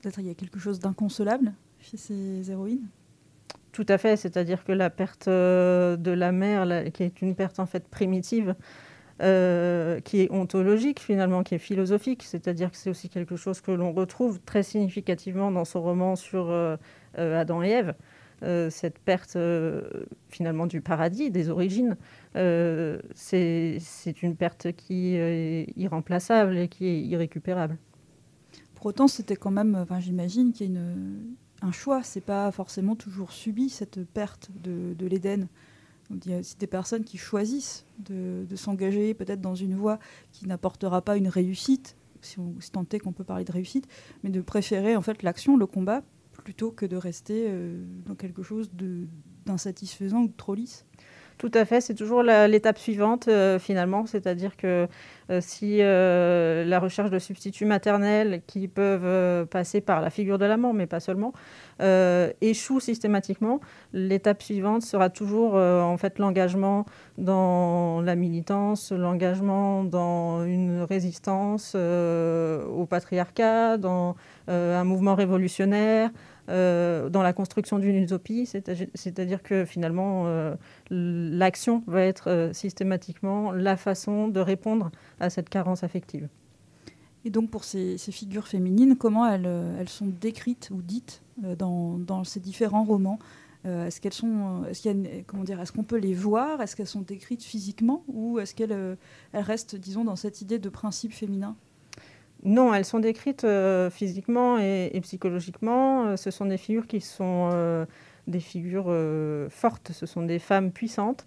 peut-être il y a quelque chose d'inconsolable chez ces héroïnes. Tout à fait, c'est-à-dire que la perte euh, de la mère, là, qui est une perte en fait primitive, euh, qui est ontologique finalement, qui est philosophique, c'est-à-dire que c'est aussi quelque chose que l'on retrouve très significativement dans son roman sur euh, euh, Adam et Ève. Euh, cette perte euh, finalement du paradis, des origines, euh, c'est, c'est une perte qui est irremplaçable et qui est irrécupérable. Pour autant, c'était quand même, enfin, j'imagine qu'il y a une, un choix. C'est pas forcément toujours subi, cette perte de, de l'Éden. Donc, il y a aussi des personnes qui choisissent de, de s'engager peut-être dans une voie qui n'apportera pas une réussite, si, on, si tant est qu'on peut parler de réussite, mais de préférer en fait l'action, le combat, plutôt que de rester euh, dans quelque chose de, d'insatisfaisant ou de trop lisse. Tout à fait, c'est toujours la, l'étape suivante euh, finalement, c'est-à-dire que euh, si euh, la recherche de substituts maternels qui peuvent euh, passer par la figure de l'amant, mais pas seulement, euh, échoue systématiquement, l'étape suivante sera toujours euh, en fait l'engagement dans la militance, l'engagement dans une résistance euh, au patriarcat, dans euh, un mouvement révolutionnaire, euh, dans la construction d'une utopie, c'est-à-dire, c'est-à-dire que finalement euh, l'action va être euh, systématiquement la façon de répondre à cette carence affective. Et donc pour ces, ces figures féminines, comment elles, elles sont décrites ou dites euh, dans, dans ces différents romans euh, Est-ce qu'elles sont, est-ce qu'il y a une, comment dire, est-ce qu'on peut les voir? Est-ce qu'elles sont décrites physiquement ou est-ce qu'elles euh, elles restent, disons, dans cette idée de principe féminin? Non, elles sont décrites euh, physiquement et, et psychologiquement. Ce sont des figures qui sont euh, des figures euh, fortes, ce sont des femmes puissantes.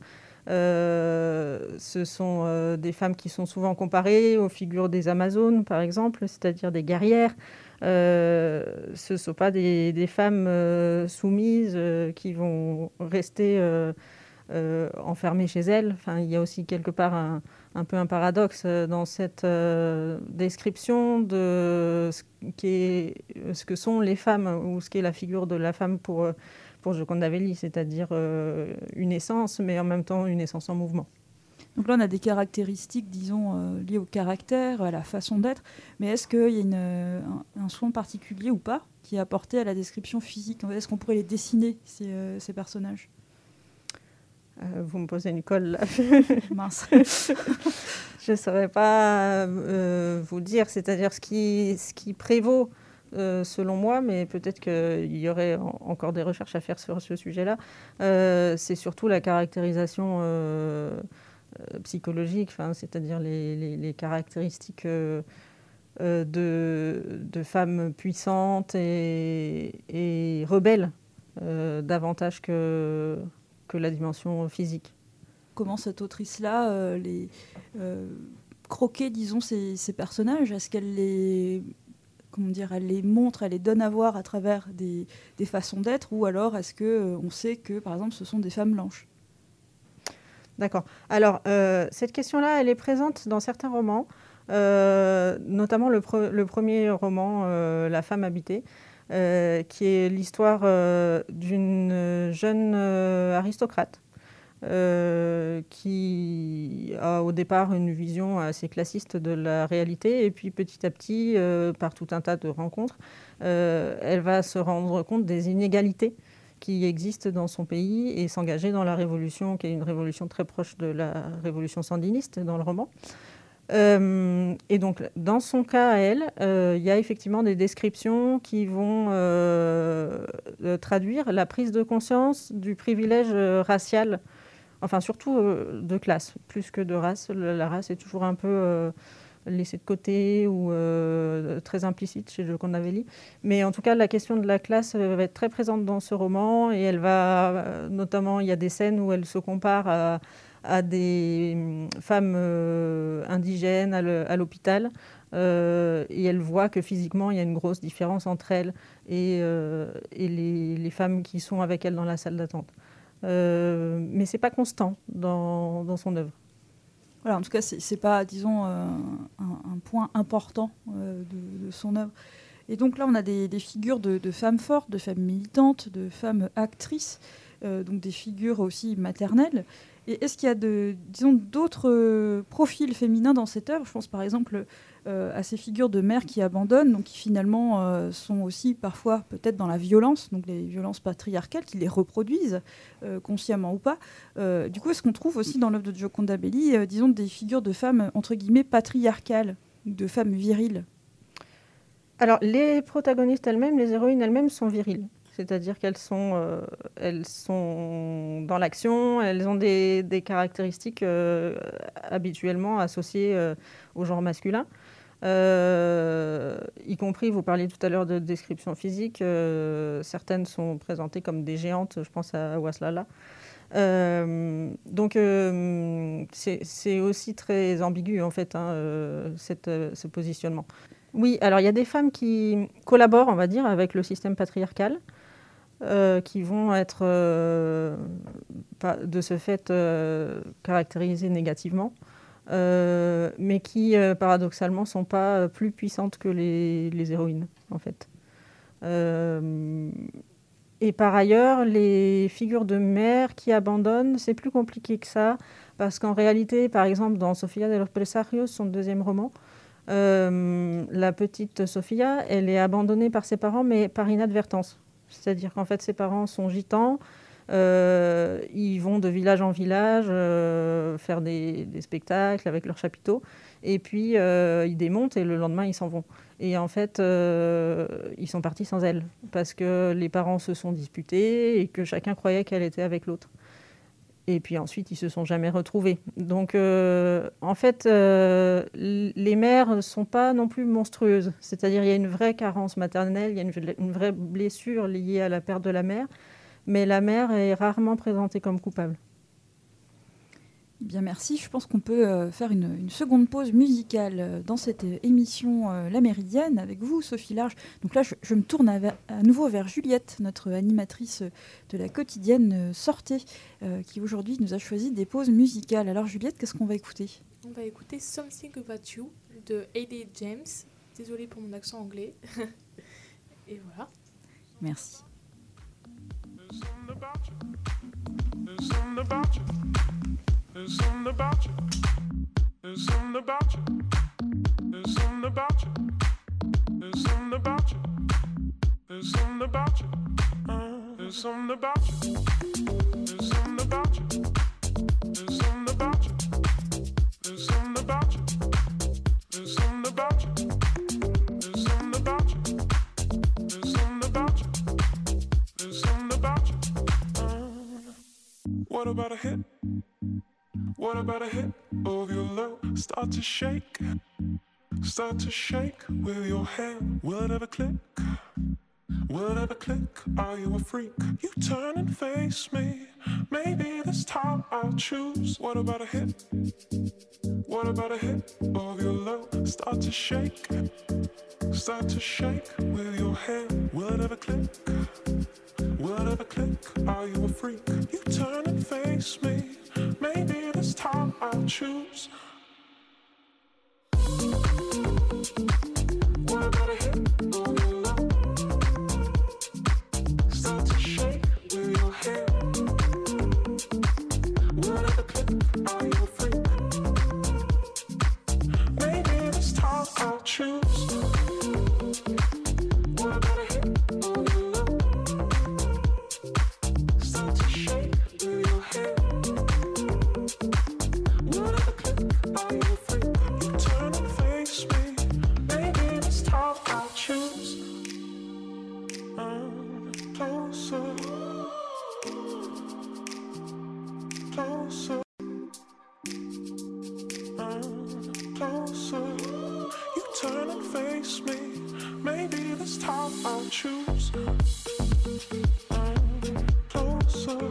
Euh, ce sont euh, des femmes qui sont souvent comparées aux figures des Amazones, par exemple, c'est-à-dire des guerrières. Euh, ce ne sont pas des, des femmes euh, soumises euh, qui vont rester euh, euh, enfermées chez elles. Enfin, il y a aussi quelque part un, un peu un paradoxe dans cette euh, description de ce, qu'est, ce que sont les femmes ou ce qu'est la figure de la femme pour... pour Gioconda-Belli, c'est-à-dire euh, une essence, mais en même temps une essence en mouvement. Donc là, on a des caractéristiques, disons, euh, liées au caractère, à la façon d'être, mais est-ce qu'il y a une, un, un soin particulier ou pas qui est apporté à la description physique? Est-ce qu'on pourrait les dessiner, ces, euh, ces personnages? euh, Vous me posez une colle, là. Mince. Je ne saurais pas euh, vous dire, c'est-à-dire ce qui, ce qui prévaut Euh, selon moi, mais peut-être qu'il y aurait en, encore des recherches à faire sur ce sujet-là, euh, c'est surtout la caractérisation euh, euh, psychologique, c'est-à-dire les, les, les caractéristiques euh, euh, de, de femmes puissantes et, et rebelles, euh, davantage que, que la dimension physique. Comment cette autrice-là euh, les euh, croquait, disons, ces, ces personnages? Est-ce qu'elle les... comment dire, elle les montre, elle les donne à voir à travers des, des façons d'être, ou alors est-ce qu'on euh, sait que, par exemple, ce sont des femmes blanches? D'accord. Alors, euh, cette question-là, elle est présente dans certains romans, euh, notamment le, pre- le premier roman, euh, La femme habitée, euh, qui est l'histoire euh, d'une jeune euh, aristocrate Euh, qui a au départ une vision assez classiste de la réalité et puis petit à petit, euh, par tout un tas de rencontres, euh, elle va se rendre compte des inégalités qui existent dans son pays et s'engager dans la révolution, qui est une révolution très proche de la révolution sandiniste dans le roman. Euh, et donc, dans son cas à elle, euh, il y a effectivement des descriptions qui vont euh, traduire la prise de conscience du privilège racial, enfin surtout euh, de classe, plus que de race. La, la race est toujours un peu euh, laissée de côté ou euh, très implicite chez Gioconda-Belli. Mais en tout cas, la question de la classe va être très présente dans ce roman et elle va, notamment, il y a des scènes où elle se compare à, à des femmes euh, indigènes à, le, à l'hôpital. Euh, et elle voit que physiquement, il y a une grosse différence entre elle et, euh, et les, les femmes qui sont avec elle dans la salle d'attente. Euh, mais c'est pas constant dans, dans son œuvre. Voilà, en tout cas, c'est, c'est pas, disons, euh, un, un point important euh, de, de son œuvre. Et donc là, on a des, des figures de, de femmes fortes, de femmes militantes, de femmes actrices, euh, donc des figures aussi maternelles. Et est-ce qu'il y a de, disons, d'autres euh, profils féminins dans cette œuvre? Je pense par exemple euh, à ces figures de mères qui abandonnent, donc qui finalement euh, sont aussi parfois peut-être dans la violence, donc les violences patriarcales, qui les reproduisent, euh, consciemment ou pas. Euh, du coup, est-ce qu'on trouve aussi dans l'œuvre de Gioconda Belli, euh, disons, des figures de femmes, entre guillemets, patriarcales, de femmes viriles ? Alors, les protagonistes elles-mêmes, les héroïnes elles-mêmes sont viriles. C'est-à-dire qu'elles sont, euh, elles sont dans l'action, elles ont des, des caractéristiques euh, habituellement associées euh, au genre masculin. Euh, y compris, vous parliez tout à l'heure de description physique, euh, certaines sont présentées comme des géantes, je pense à Waslala. Euh, donc euh, c'est, c'est aussi très ambigu en fait, hein, euh, cette, euh, ce positionnement. Oui, alors il y a des femmes qui collaborent, on va dire, avec le système patriarcal, euh, qui vont être euh, de ce fait euh, caractérisées négativement, euh, mais qui euh, paradoxalement ne sont pas plus puissantes que les, les héroïnes, en fait. Euh, et par ailleurs, les figures de mères qui abandonnent, c'est plus compliqué que ça, parce qu'en réalité, par exemple, dans Sofía de los Presarios, son deuxième roman, euh, la petite Sofía, elle est abandonnée par ses parents, mais par inadvertance. C'est-à-dire qu'en fait, ses parents sont gitans, euh, ils vont de village en village euh, faire des, des spectacles avec leurs chapiteaux, et puis euh, ils démontent et le lendemain, ils s'en vont. Et en fait, euh, ils sont partis sans elle, parce que les parents se sont disputés et que chacun croyait qu'elle était avec l'autre. Et puis ensuite, ils ne se sont jamais retrouvés. Donc, euh, en fait, euh, les mères ne sont pas non plus monstrueuses. C'est-à-dire qu'il y a une vraie carence maternelle, il y a une, une vraie blessure liée à la perte de la mère, mais la mère est rarement présentée comme coupable. Bien, merci. Je pense qu'on peut euh, faire une, une seconde pause musicale euh, dans cette euh, émission euh, La Méridienne avec vous, Sophie Large. Donc là, je, je me tourne à, à nouveau vers Juliette, notre animatrice de la quotidienne euh, Sortez, euh, qui aujourd'hui nous a choisi des pauses musicales. Alors Juliette, qu'est-ce qu'on va écouter ? On va écouter Something About You de Hayley James. Désolée pour mon accent anglais. Et voilà. Merci. There's something about you. There's something about you. There's something about you. There's something about you. There's something about you. There's something about you. There's something about you. Uh, there's something about you. There's something about you. There's something about you. There's something about you. There's something about you. There's something about you. There's something about you. There's something about you. Uh, what about a hit? What about a hit of your love? Start to shake, start to shake with your hand. Will it ever click? Will it ever click? Are you a freak? You turn and face me. Maybe this time I'll choose. What about a hit? What about a hit of your love? Start to shake, start to shake with your hand. Will it ever click? Will it ever click? Are you a freak? You turn and face me. Maybe this time I'll choose. What about a hit of your love? Start to shake with your hand. Will it ever click? Are you a freak? Maybe this time I'll choose. What about a hit of your love? Start to shake with your hand. Will it ever click? Are you a freak? You turn and face me. Maybe this time I'll choose. I'm closer, closer. I'm closer. You turn and face me. Maybe this time I'll choose. I'm closer.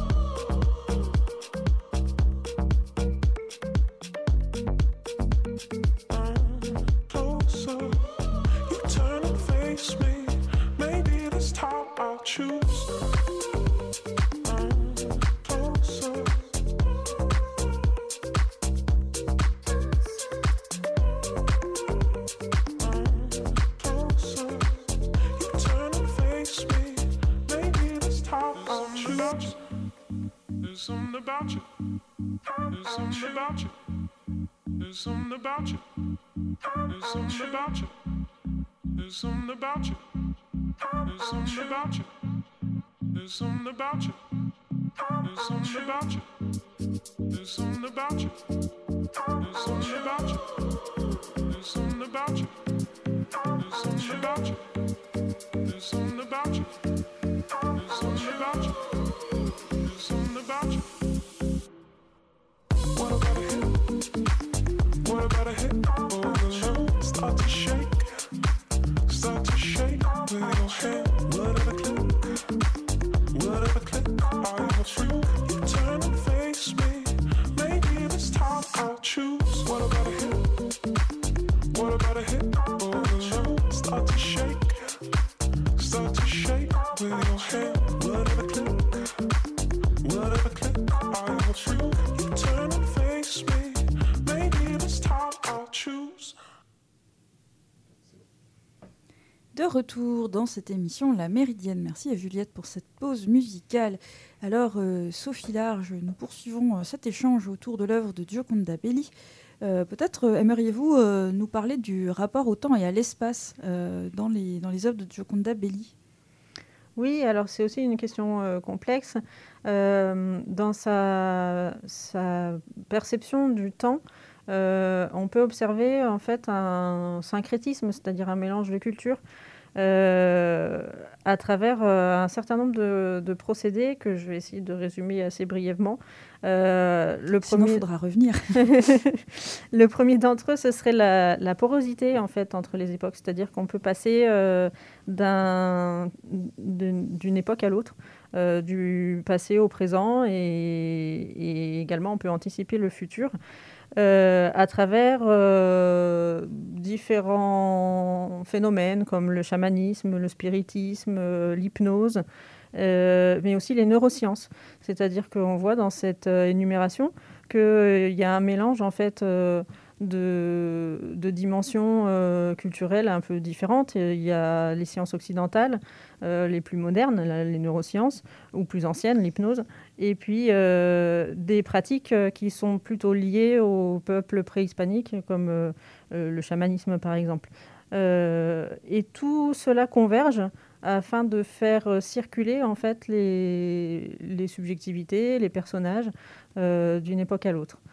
I'm closer. You turn and face me. Maybe this time I'll choose. I'm closer. Closer, you turn and face me. Maybe this time I'll choose. There's something about you. There's something about you. There's something about you. There's something about you. There's something about you. There's something about you. There's something about you. There's something about you. There's something about you. There's something about you. There's something about you. There's something about you. There's something about you. There's something about you. There's something about you. What about a hit? What about a hit? Oh, the love start to shake. Start to shake with your hand. Whatever click. Whatever click. Are you a freak? You turn and face me. Maybe this time I'll choose. What about a hit? What about a hit? Oh, the love start to shake. Start to shake with your hand. Whatever click. Whatever click. Are you a freak? You turn and face me. Maybe this time I'll choose. De retour dans cette émission La Méridienne. Merci à Juliette pour cette pause musicale. Alors, euh, Sophie Large, nous poursuivons euh, cet échange autour de l'œuvre de Gioconda Belli. Euh, peut-être euh, aimeriez-vous euh, nous parler du rapport au temps et à l'espace euh, dans, les, dans les œuvres de Gioconda Belli? Oui, alors c'est aussi une question euh, complexe. Euh, dans sa, sa perception du temps, euh, on peut observer en fait un syncrétisme, c'est-à-dire un mélange de cultures, euh, à travers euh, un certain nombre de, de procédés que je vais essayer de résumer assez brièvement. Euh, le Sinon, il premier... faudra revenir. Le premier d'entre eux, ce serait la, la porosité en fait entre les époques, c'est-à-dire qu'on peut passer euh, d'un, d'une, d'une époque à l'autre, euh, du passé au présent, et, et également on peut anticiper le futur euh, à travers euh, différents phénomènes comme le chamanisme, le spiritisme, euh, l'hypnose. Euh, mais aussi les neurosciences. C'est-à-dire qu'on voit dans cette euh, énumération qu'il euh, y a un mélange en fait, euh, de, de dimensions euh, culturelles un peu différentes. Il y a les sciences occidentales, euh, les plus modernes, la, les neurosciences, ou plus anciennes, l'hypnose, et puis euh, des pratiques qui sont plutôt liées aux peuples préhispaniques, comme euh, le chamanisme par exemple. Euh, et tout cela converge afin de faire circuler en fait les, les subjectivités, les personnages euh, d'une époque à l'autre.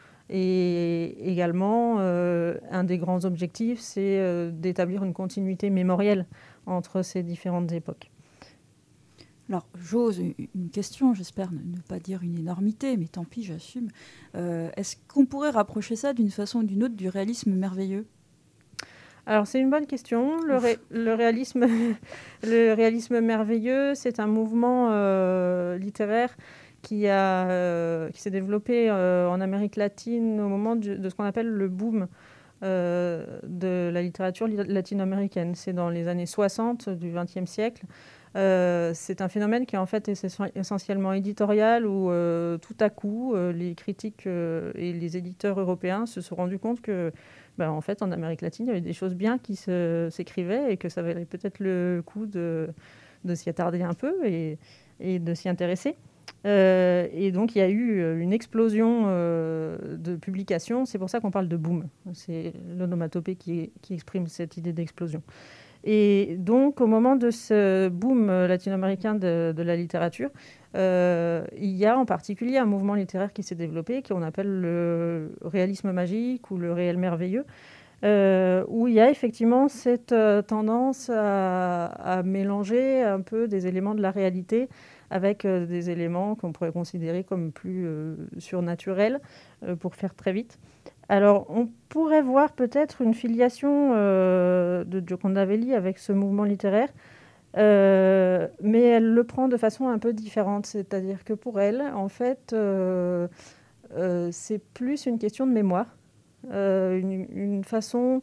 Et également, euh, un des grands objectifs, c'est euh, d'établir une continuité mémorielle entre ces différentes époques. Alors, j'ose une question, j'espère ne, ne pas dire une énormité, mais tant pis, j'assume. Euh, est-ce qu'on pourrait rapprocher ça d'une façon ou d'une autre du réalisme merveilleux ? Alors, c'est une bonne question. Le, ré, le, réalisme, le réalisme merveilleux, c'est un mouvement euh, littéraire qui, a, euh, qui s'est développé euh, en Amérique latine au moment du, de ce qu'on appelle le boom euh, de la littérature latino-américaine. C'est dans les années soixante du vingtième siècle. Euh, c'est un phénomène qui en fait est essentiellement éditorial où euh, tout à coup, euh, les critiques euh, et les éditeurs européens se sont rendus compte que ben, en fait, en Amérique latine, il y avait des choses bien qui se, s'écrivaient et que ça valait peut-être le coup de, de s'y attarder un peu et, et de s'y intéresser. Euh, et donc, il y a eu une explosion euh, de publications. C'est pour ça qu'on parle de boom. C'est l'onomatopée qui, qui exprime cette idée d'explosion. Et donc, au moment de ce boom latino-américain de, de la littérature, euh, il y a en particulier un mouvement littéraire qui s'est développé, qu'on appelle le réalisme magique ou le réel merveilleux, euh, où il y a effectivement cette euh, tendance à, à mélanger un peu des éléments de la réalité avec euh, des éléments qu'on pourrait considérer comme plus euh, surnaturels, euh, pour faire très vite. Alors, on pourrait voir peut-être une filiation euh, de Gioconda Belli avec ce mouvement littéraire, euh, mais elle le prend de façon un peu différente. C'est-à-dire que pour elle, en fait, euh, euh, c'est plus une question de mémoire, euh, une, une façon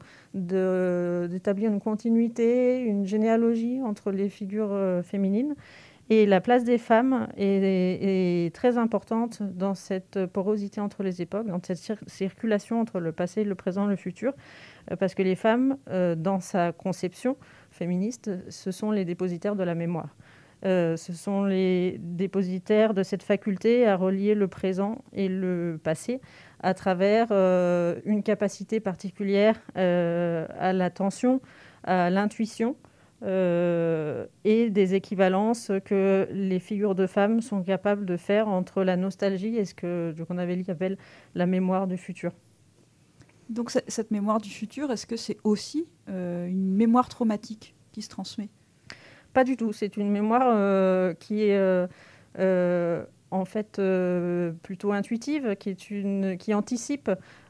de, d'établir une continuité, une généalogie entre les figures euh, féminines. Et la place des femmes est, est très importante dans cette porosité entre les époques, dans cette cir- circulation entre le passé, le présent, le futur, euh, parce que les femmes, euh, dans sa conception féministe, ce sont les dépositaires de la mémoire. Euh, ce sont les dépositaires de cette faculté à relier le présent et le passé à travers euh, une capacité particulière euh, à l'attention, à l'intuition euh, et des équivalences que les figures de femmes sont capables de faire entre la nostalgie et ce que Giocondavelli appelle la mémoire du futur. Donc c- cette mémoire du futur, est-ce que c'est aussi euh, une mémoire traumatique qui se transmet ? Pas du tout. C'est une mémoire euh, qui est euh, euh, en fait euh, plutôt intuitive, qui, est une, qui anticipe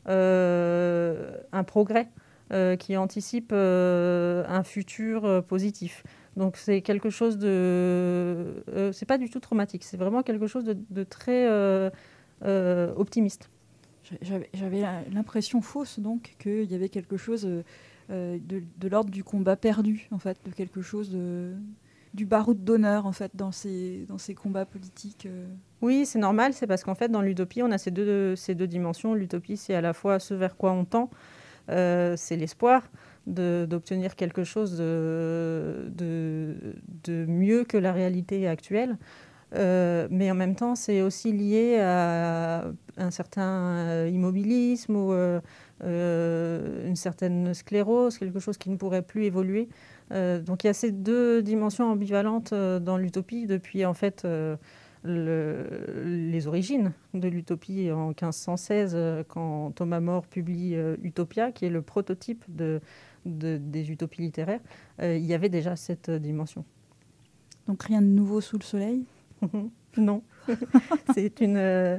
euh, un progrès, euh, qui anticipe euh, un futur euh, positif. Donc c'est quelque chose de... Euh, c'est pas du tout traumatique, c'est vraiment quelque chose de, de très euh, euh, optimiste. J'avais, j'avais l'impression fausse donc qu'il y avait quelque chose euh, de, de l'ordre du combat perdu, en fait, de quelque chose de, du baroud d'honneur en fait dans ces, dans ces combats politiques. Euh. Oui, c'est normal, c'est parce qu'en fait dans l'utopie on a ces deux, ces deux dimensions. L'utopie c'est à la fois ce vers quoi on tend, euh, c'est l'espoir de, d'obtenir quelque chose de, de, de mieux que la réalité actuelle. Euh, mais en même temps, c'est aussi lié à un certain immobilisme ou euh, euh, une certaine sclérose, quelque chose qui ne pourrait plus évoluer. Euh, donc il y a ces deux dimensions ambivalentes euh, dans l'utopie depuis en fait euh, le, les origines de l'utopie en quinze cent seize, euh, quand Thomas More publie euh, Utopia, qui est le prototype de, de, des utopies littéraires. Euh, il y avait déjà cette dimension. Donc rien de nouveau sous le soleil ? Non, c'est une, euh,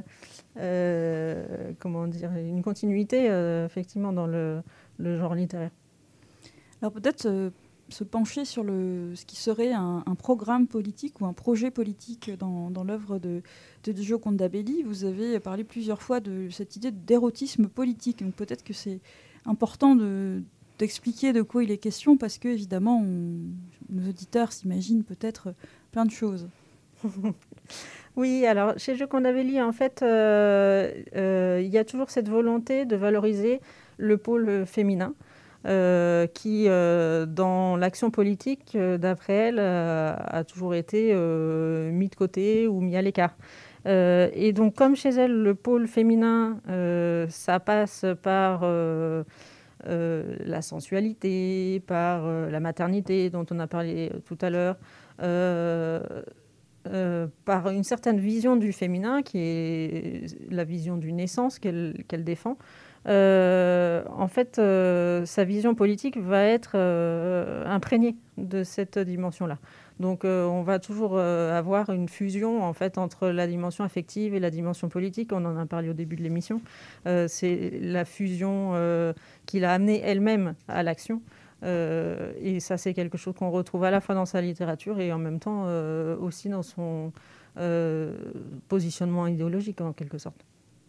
euh, comment dire, une continuité euh, effectivement dans le, le genre littéraire. Alors peut-être euh, se pencher sur le, ce qui serait un, un programme politique ou un projet politique dans, dans l'œuvre de, de Giocondavelli. Vous avez parlé plusieurs fois de cette idée d'érotisme politique. Donc peut-être que c'est important de, d'expliquer de quoi il est question parce que évidemment on, nos auditeurs s'imaginent peut-être plein de choses. Oui, alors chez Giocondavelli, en fait, euh, euh, il y a toujours cette volonté de valoriser le pôle féminin euh, qui, euh, dans l'action politique, euh, d'après elle, euh, a toujours été euh, mis de côté ou mis à l'écart. Euh, et donc, comme chez elle, le pôle féminin, euh, ça passe par euh, euh, la sensualité, par euh, la maternité dont on a parlé tout à l'heure, euh, Euh, par une certaine vision du féminin, qui est la vision du naissance qu'elle, qu'elle défend. Euh, en fait, euh, sa vision politique va être euh, imprégnée de cette dimension-là. Donc, euh, on va toujours euh, avoir une fusion en fait entre la dimension affective et la dimension politique. On en a parlé au début de l'émission. Euh, c'est la fusion euh, qui l'a amenée elle-même à l'action. Euh, et ça, c'est quelque chose qu'on retrouve à la fois dans sa littérature et en même temps euh, aussi dans son euh, positionnement idéologique, en quelque sorte.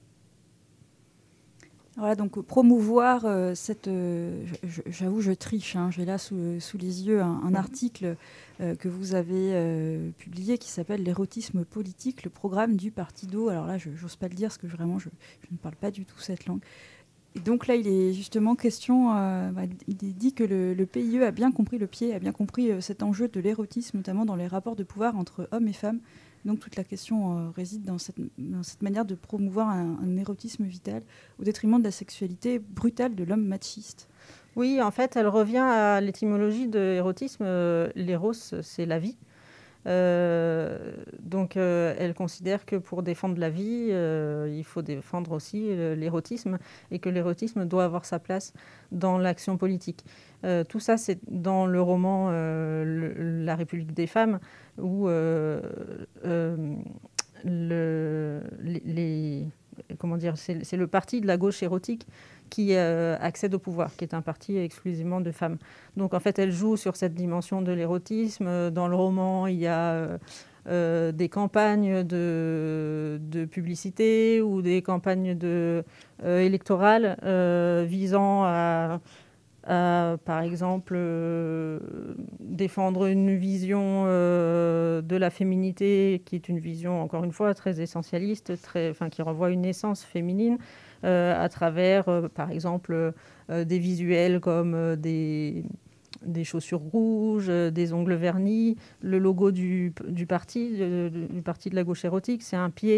Voilà, donc promouvoir euh, cette... Euh, j'avoue, je triche. Hein, j'ai là sous, sous les yeux un, un article euh, que vous avez euh, publié qui s'appelle « L'érotisme politique, le programme du Partido ». Alors là, je n'ose pas le dire parce que vraiment, je, je ne parle pas du tout cette langue. Et donc là, il est justement question, euh, bah, il est dit que le, le P I E a bien compris, le pied a bien compris euh, cet enjeu de l'érotisme, notamment dans les rapports de pouvoir entre hommes et femmes. Donc toute la question euh, réside dans cette, dans cette manière de promouvoir un, un érotisme vital au détriment de la sexualité brutale de l'homme machiste. Oui, en fait, elle revient à l'étymologie de l'érotisme. Euh, l'éros, c'est la vie. Euh, donc, euh, elle considère que pour défendre la vie, euh, il faut défendre aussi euh, l'érotisme et que l'érotisme doit avoir sa place dans l'action politique. Euh, tout ça, c'est dans le roman euh, le, La République des femmes, où euh, euh, le, les, les, comment dire, c'est, c'est le parti de la gauche érotique qui euh, accède au pouvoir, qui est un parti exclusivement de femmes. Donc en fait, elle joue sur cette dimension de l'érotisme. Dans le roman, il y a euh, euh, des campagnes de, de publicité ou des campagnes de, euh, électorales euh, visant à, à, par exemple, euh, défendre une vision euh, de la féminité qui est une vision, encore une fois, très essentialiste, très, enfin, qui renvoie à une essence féminine. Euh, à travers, euh, par exemple, euh, des visuels comme euh, des, des chaussures rouges, euh, des ongles vernis. Le logo du, du parti, euh, du parti de la gauche érotique, c'est un pied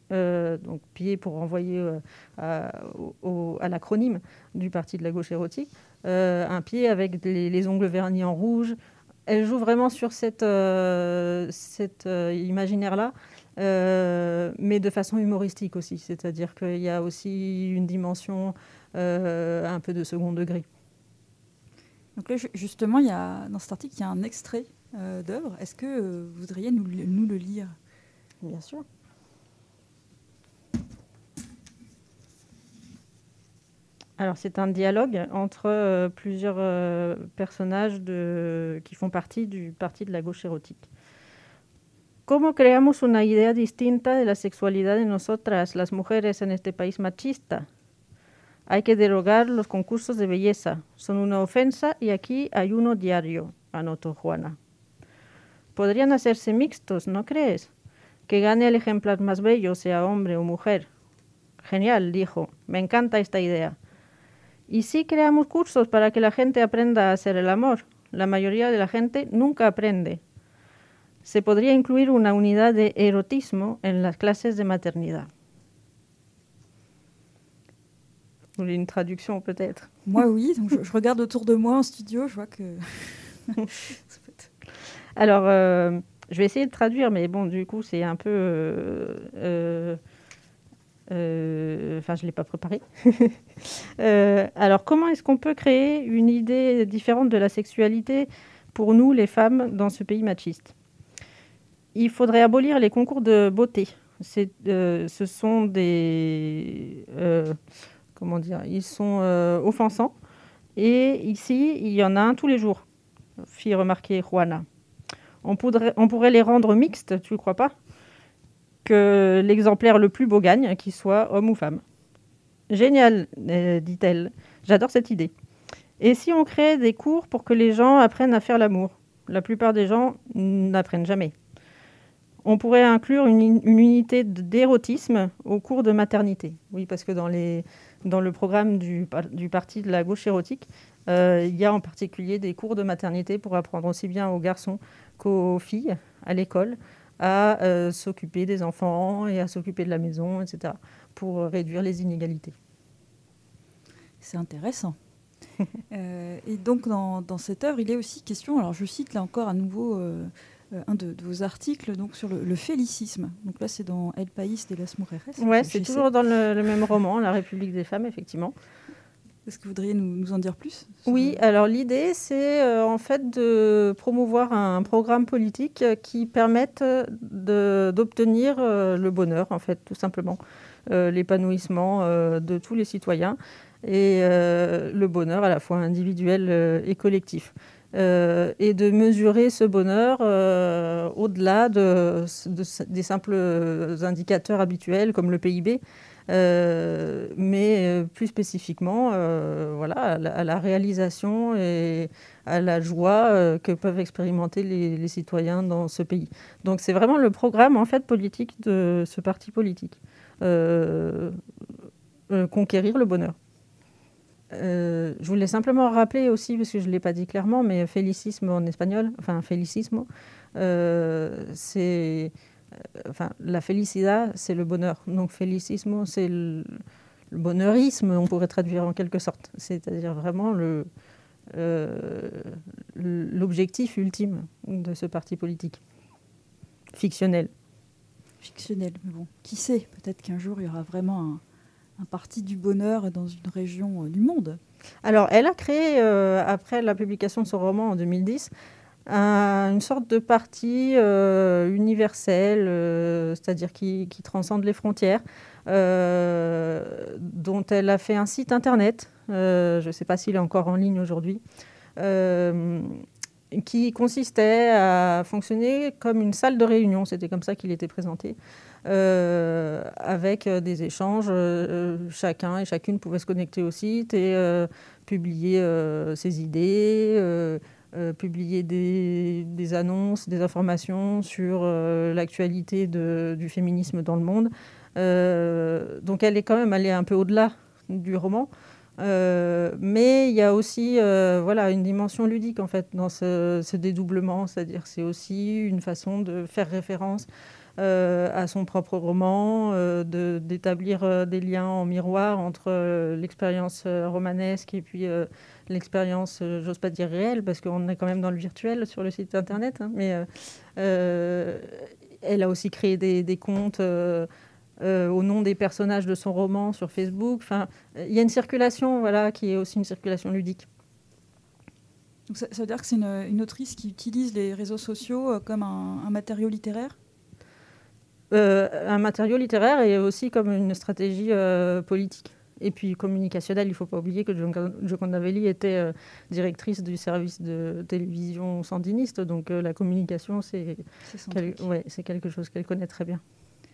euh, donc pied pour renvoyer euh, à, au, à l'acronyme du parti de la gauche érotique, euh, un pied avec les, les ongles vernis en rouge. Elle joue vraiment sur cette, euh, cet euh, imaginaire-là, euh, mais de façon humoristique aussi. C'est-à-dire qu'il y a aussi une dimension euh, un peu de second degré. Donc là, justement, il y a, dans cet article, il y a un extrait euh, d'œuvre. Est-ce que euh, vous voudriez nous, nous le lire ? Bien sûr. Alors, c'est un dialogue entre euh, plusieurs euh, personnages de, qui font partie du parti de la gauche érotique. ¿Cómo creamos una idea distinta de la sexualidad de nosotras, las mujeres, en este país machista? Hay que derogar los concursos de belleza. Son una ofensa y aquí hay uno diario, anotó Juana. Podrían hacerse mixtos, ¿no crees? Que gane el ejemplar más bello, sea hombre o mujer. Genial, dijo. Me encanta esta idea. ¿Y si creamos cursos para que la gente aprenda a hacer el amor? La mayoría de la gente nunca aprende. Se podría incluir una unidad de erotismo en las clases de maternidad. Vous voulez une traduction peut-être? Moi oui, donc je, je regarde autour de moi en studio, je vois que... Alors, euh, je vais essayer de traduire, mais bon, du coup, c'est un peu... Euh, euh, euh, enfin, je ne l'ai pas préparé. euh, alors, comment est-ce qu'on peut créer une idée différente de la sexualité pour nous, les femmes, dans ce pays machiste? Il faudrait abolir les concours de beauté. C'est, euh, ce sont des... Euh, comment dire, ils sont euh, offensants. Et ici, il y en a un tous les jours, fit remarquer Juana. On pourrait, on pourrait les rendre mixtes, tu ne crois pas? Que l'exemplaire le plus beau gagne, qu'il soit homme ou femme. Génial, euh, dit-elle. J'adore cette idée. Et si on crée des cours pour que les gens apprennent à faire l'amour? La plupart des gens n'apprennent jamais. On pourrait inclure une, une unité d'érotisme au cours de maternité. Oui, parce que dans, les, dans le programme du, du parti de la gauche érotique, euh, il y a en particulier des cours de maternité pour apprendre aussi bien aux garçons qu'aux filles à l'école à euh, s'occuper des enfants et à s'occuper de la maison, et cetera, pour réduire les inégalités. C'est intéressant. euh, et donc, dans, dans cette œuvre, il est aussi question, alors je cite là encore à nouveau... Euh, Euh, un de, de vos articles donc, sur le, le félicisme. Donc là, c'est dans El País de las Mujeres. Oui, c'est toujours dans le, le même roman, La République des femmes, effectivement. Est-ce que vous voudriez nous, nous en dire plus? Oui, le... alors l'idée, c'est euh, en fait de promouvoir un programme politique qui permette de, d'obtenir euh, le bonheur, en fait, tout simplement, euh, l'épanouissement euh, de tous les citoyens et euh, le bonheur à la fois individuel euh, et collectif. Euh, et de mesurer ce bonheur euh, au-delà de, de, des simples indicateurs habituels comme le P I B, euh, mais plus spécifiquement euh, voilà, à, la, à la réalisation et à la joie euh, que peuvent expérimenter les, les citoyens dans ce pays. Donc c'est vraiment le programme en fait, politique de ce parti politique, euh, euh, conquérir le bonheur. Euh, je voulais simplement rappeler aussi, parce que je ne l'ai pas dit clairement, mais félicisme en espagnol, enfin félicismo, euh, c'est, euh, enfin la felicidad, c'est le bonheur. Donc félicismo, c'est le, le bonheurisme, on pourrait traduire en quelque sorte. C'est-à-dire vraiment le, euh, l'objectif ultime de ce parti politique, fictionnel. Fictionnel, mais bon, qui sait, peut-être qu'un jour il y aura vraiment un... un parti du bonheur dans une région euh, du monde. Alors, elle a créé, euh, après la publication de son roman en deux mille dix, un, une sorte de parti euh, universel, euh, c'est-à-dire qui, qui transcende les frontières, euh, dont elle a fait un site internet, euh, je ne sais pas s'il est encore en ligne aujourd'hui, euh, qui consistait à fonctionner comme une salle de réunion, c'était comme ça qu'il était présenté. Euh, avec euh, des échanges, euh, chacun et chacune pouvait se connecter au site et euh, publier euh, ses idées, euh, euh, publier des, des annonces, des informations sur euh, l'actualité de, du féminisme dans le monde. Euh, donc elle est quand même allée un peu au-delà du roman. Euh, mais il y a aussi euh, voilà, une dimension ludique en fait, dans ce, ce dédoublement, c'est-à-dire c'est aussi une façon de faire référence euh, à son propre roman, euh, de, d'établir euh, des liens en miroir entre euh, l'expérience euh, romanesque et puis euh, l'expérience, euh, j'ose pas dire réelle, parce qu'on est quand même dans le virtuel sur le site internet, hein, mais euh, euh, elle a aussi créé des, des comptes euh, euh, au nom des personnages de son roman sur Facebook. Enfin, il y a une circulation, voilà, qui est aussi une circulation ludique. Donc ça, ça veut dire que c'est une, une autrice qui utilise les réseaux sociaux euh, comme un, un matériau littéraire ? Euh, un matériau littéraire et aussi comme une stratégie euh, politique. Et puis communicationnelle, il ne faut pas oublier que Gioconda Belli était euh, directrice du service de télévision sandiniste, donc euh, la communication, c'est, c'est, quel... ouais, c'est quelque chose qu'elle connaît très bien.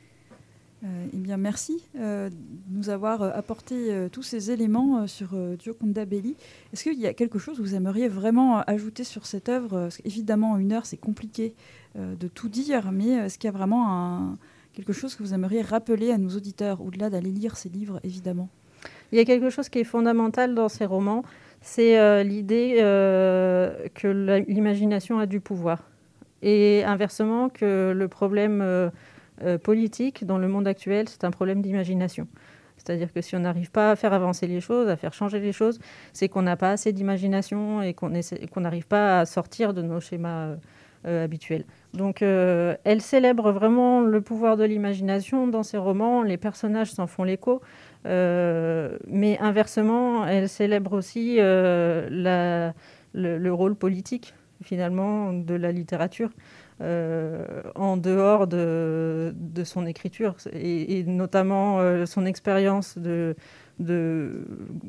Euh, eh bien, merci euh, de nous avoir apporté euh, tous ces éléments euh, sur euh, Gioconda Belli. Est-ce qu'il y a quelque chose que vous aimeriez vraiment ajouter sur cette œuvre ? Parce qu'évidemment, en une heure, c'est compliqué euh, de tout dire, mais est-ce qu'il y a vraiment un, quelque chose que vous aimeriez rappeler à nos auditeurs, au-delà d'aller lire ces livres, évidemment ? Il y a quelque chose qui est fondamental dans ces romans, c'est euh, l'idée euh, que la, l'imagination a du pouvoir. Et inversement, que le problème... Euh, Euh, politique dans le monde actuel, c'est un problème d'imagination. C'est-à-dire que si on n'arrive pas à faire avancer les choses, à faire changer les choses, c'est qu'on n'a pas assez d'imagination et qu'on essaie, qu'on n'arrive pas à sortir de nos schémas euh, euh, habituels. Donc euh, elle célèbre vraiment le pouvoir de l'imagination dans ses romans, les personnages s'en font l'écho, euh, mais inversement, elle célèbre aussi euh, la, le, le rôle politique, finalement, de la littérature. Euh, en dehors de, de son écriture et, et notamment euh, son expérience de, de,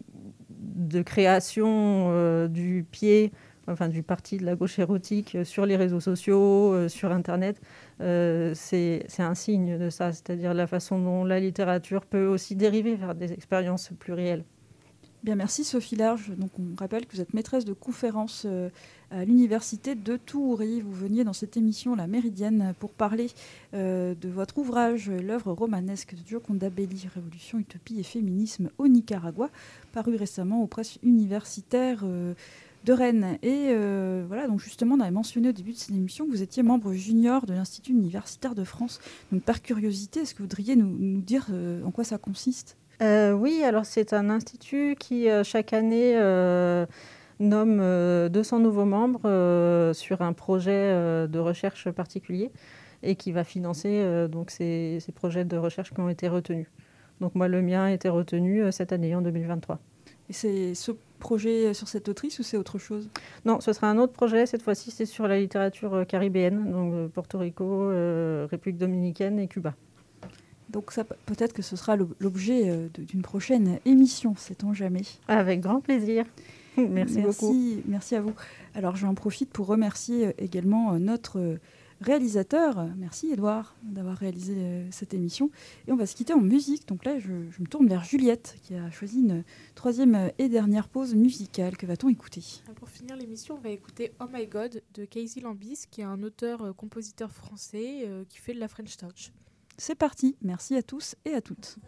de création euh, du pied, enfin du parti de la gauche érotique sur les réseaux sociaux, euh, sur Internet, euh, c'est, c'est un signe de ça, c'est-à-dire la façon dont la littérature peut aussi dériver vers des expériences plus réelles. Bien, merci Sophie Large. Donc, on rappelle que vous êtes maîtresse de conférences euh, à l'université de Tours et vous veniez dans cette émission La Méridienne pour parler euh, de votre ouvrage, l'œuvre romanesque de Gioconda Belli, Révolution, Utopie et Féminisme au Nicaragua, paru récemment aux presses universitaires euh, de Rennes. Et euh, voilà, donc justement, on avait mentionné au début de cette émission que vous étiez membre junior de l'Institut universitaire de France. Donc, par curiosité, est-ce que vous voudriez nous, nous dire euh, en quoi ça consiste ? Euh, oui, alors c'est un institut qui, euh, chaque année, euh, nomme euh, deux cents nouveaux membres euh, sur un projet euh, de recherche particulier et qui va financer euh, donc ces, ces projets de recherche qui ont été retenus. Donc moi, le mien a été retenu euh, cette année, en deux mille vingt-trois. Et c'est ce projet sur cette autrice ou c'est autre chose ? Non, ce sera un autre projet. Cette fois-ci, c'est sur la littérature caribéenne, donc euh, Porto Rico, euh, République dominicaine et Cuba. Donc ça, peut-être que ce sera l'objet d'une prochaine émission, sait-on jamais. Avec grand plaisir. Merci, merci beaucoup. Merci à vous. Alors j'en profite pour remercier également notre réalisateur. Merci Édouard d'avoir réalisé cette émission. Et on va se quitter en musique. Donc là, je, je me tourne vers Juliette qui a choisi une troisième et dernière pause musicale. Que va-t-on écouter ? Pour finir l'émission, on va écouter Oh My God de Casey Lambis, qui est un auteur-compositeur français euh, qui fait de la French Touch. C'est parti, merci à tous et à toutes.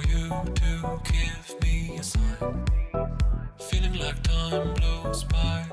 For you to give me a sign, feeling like time blows by.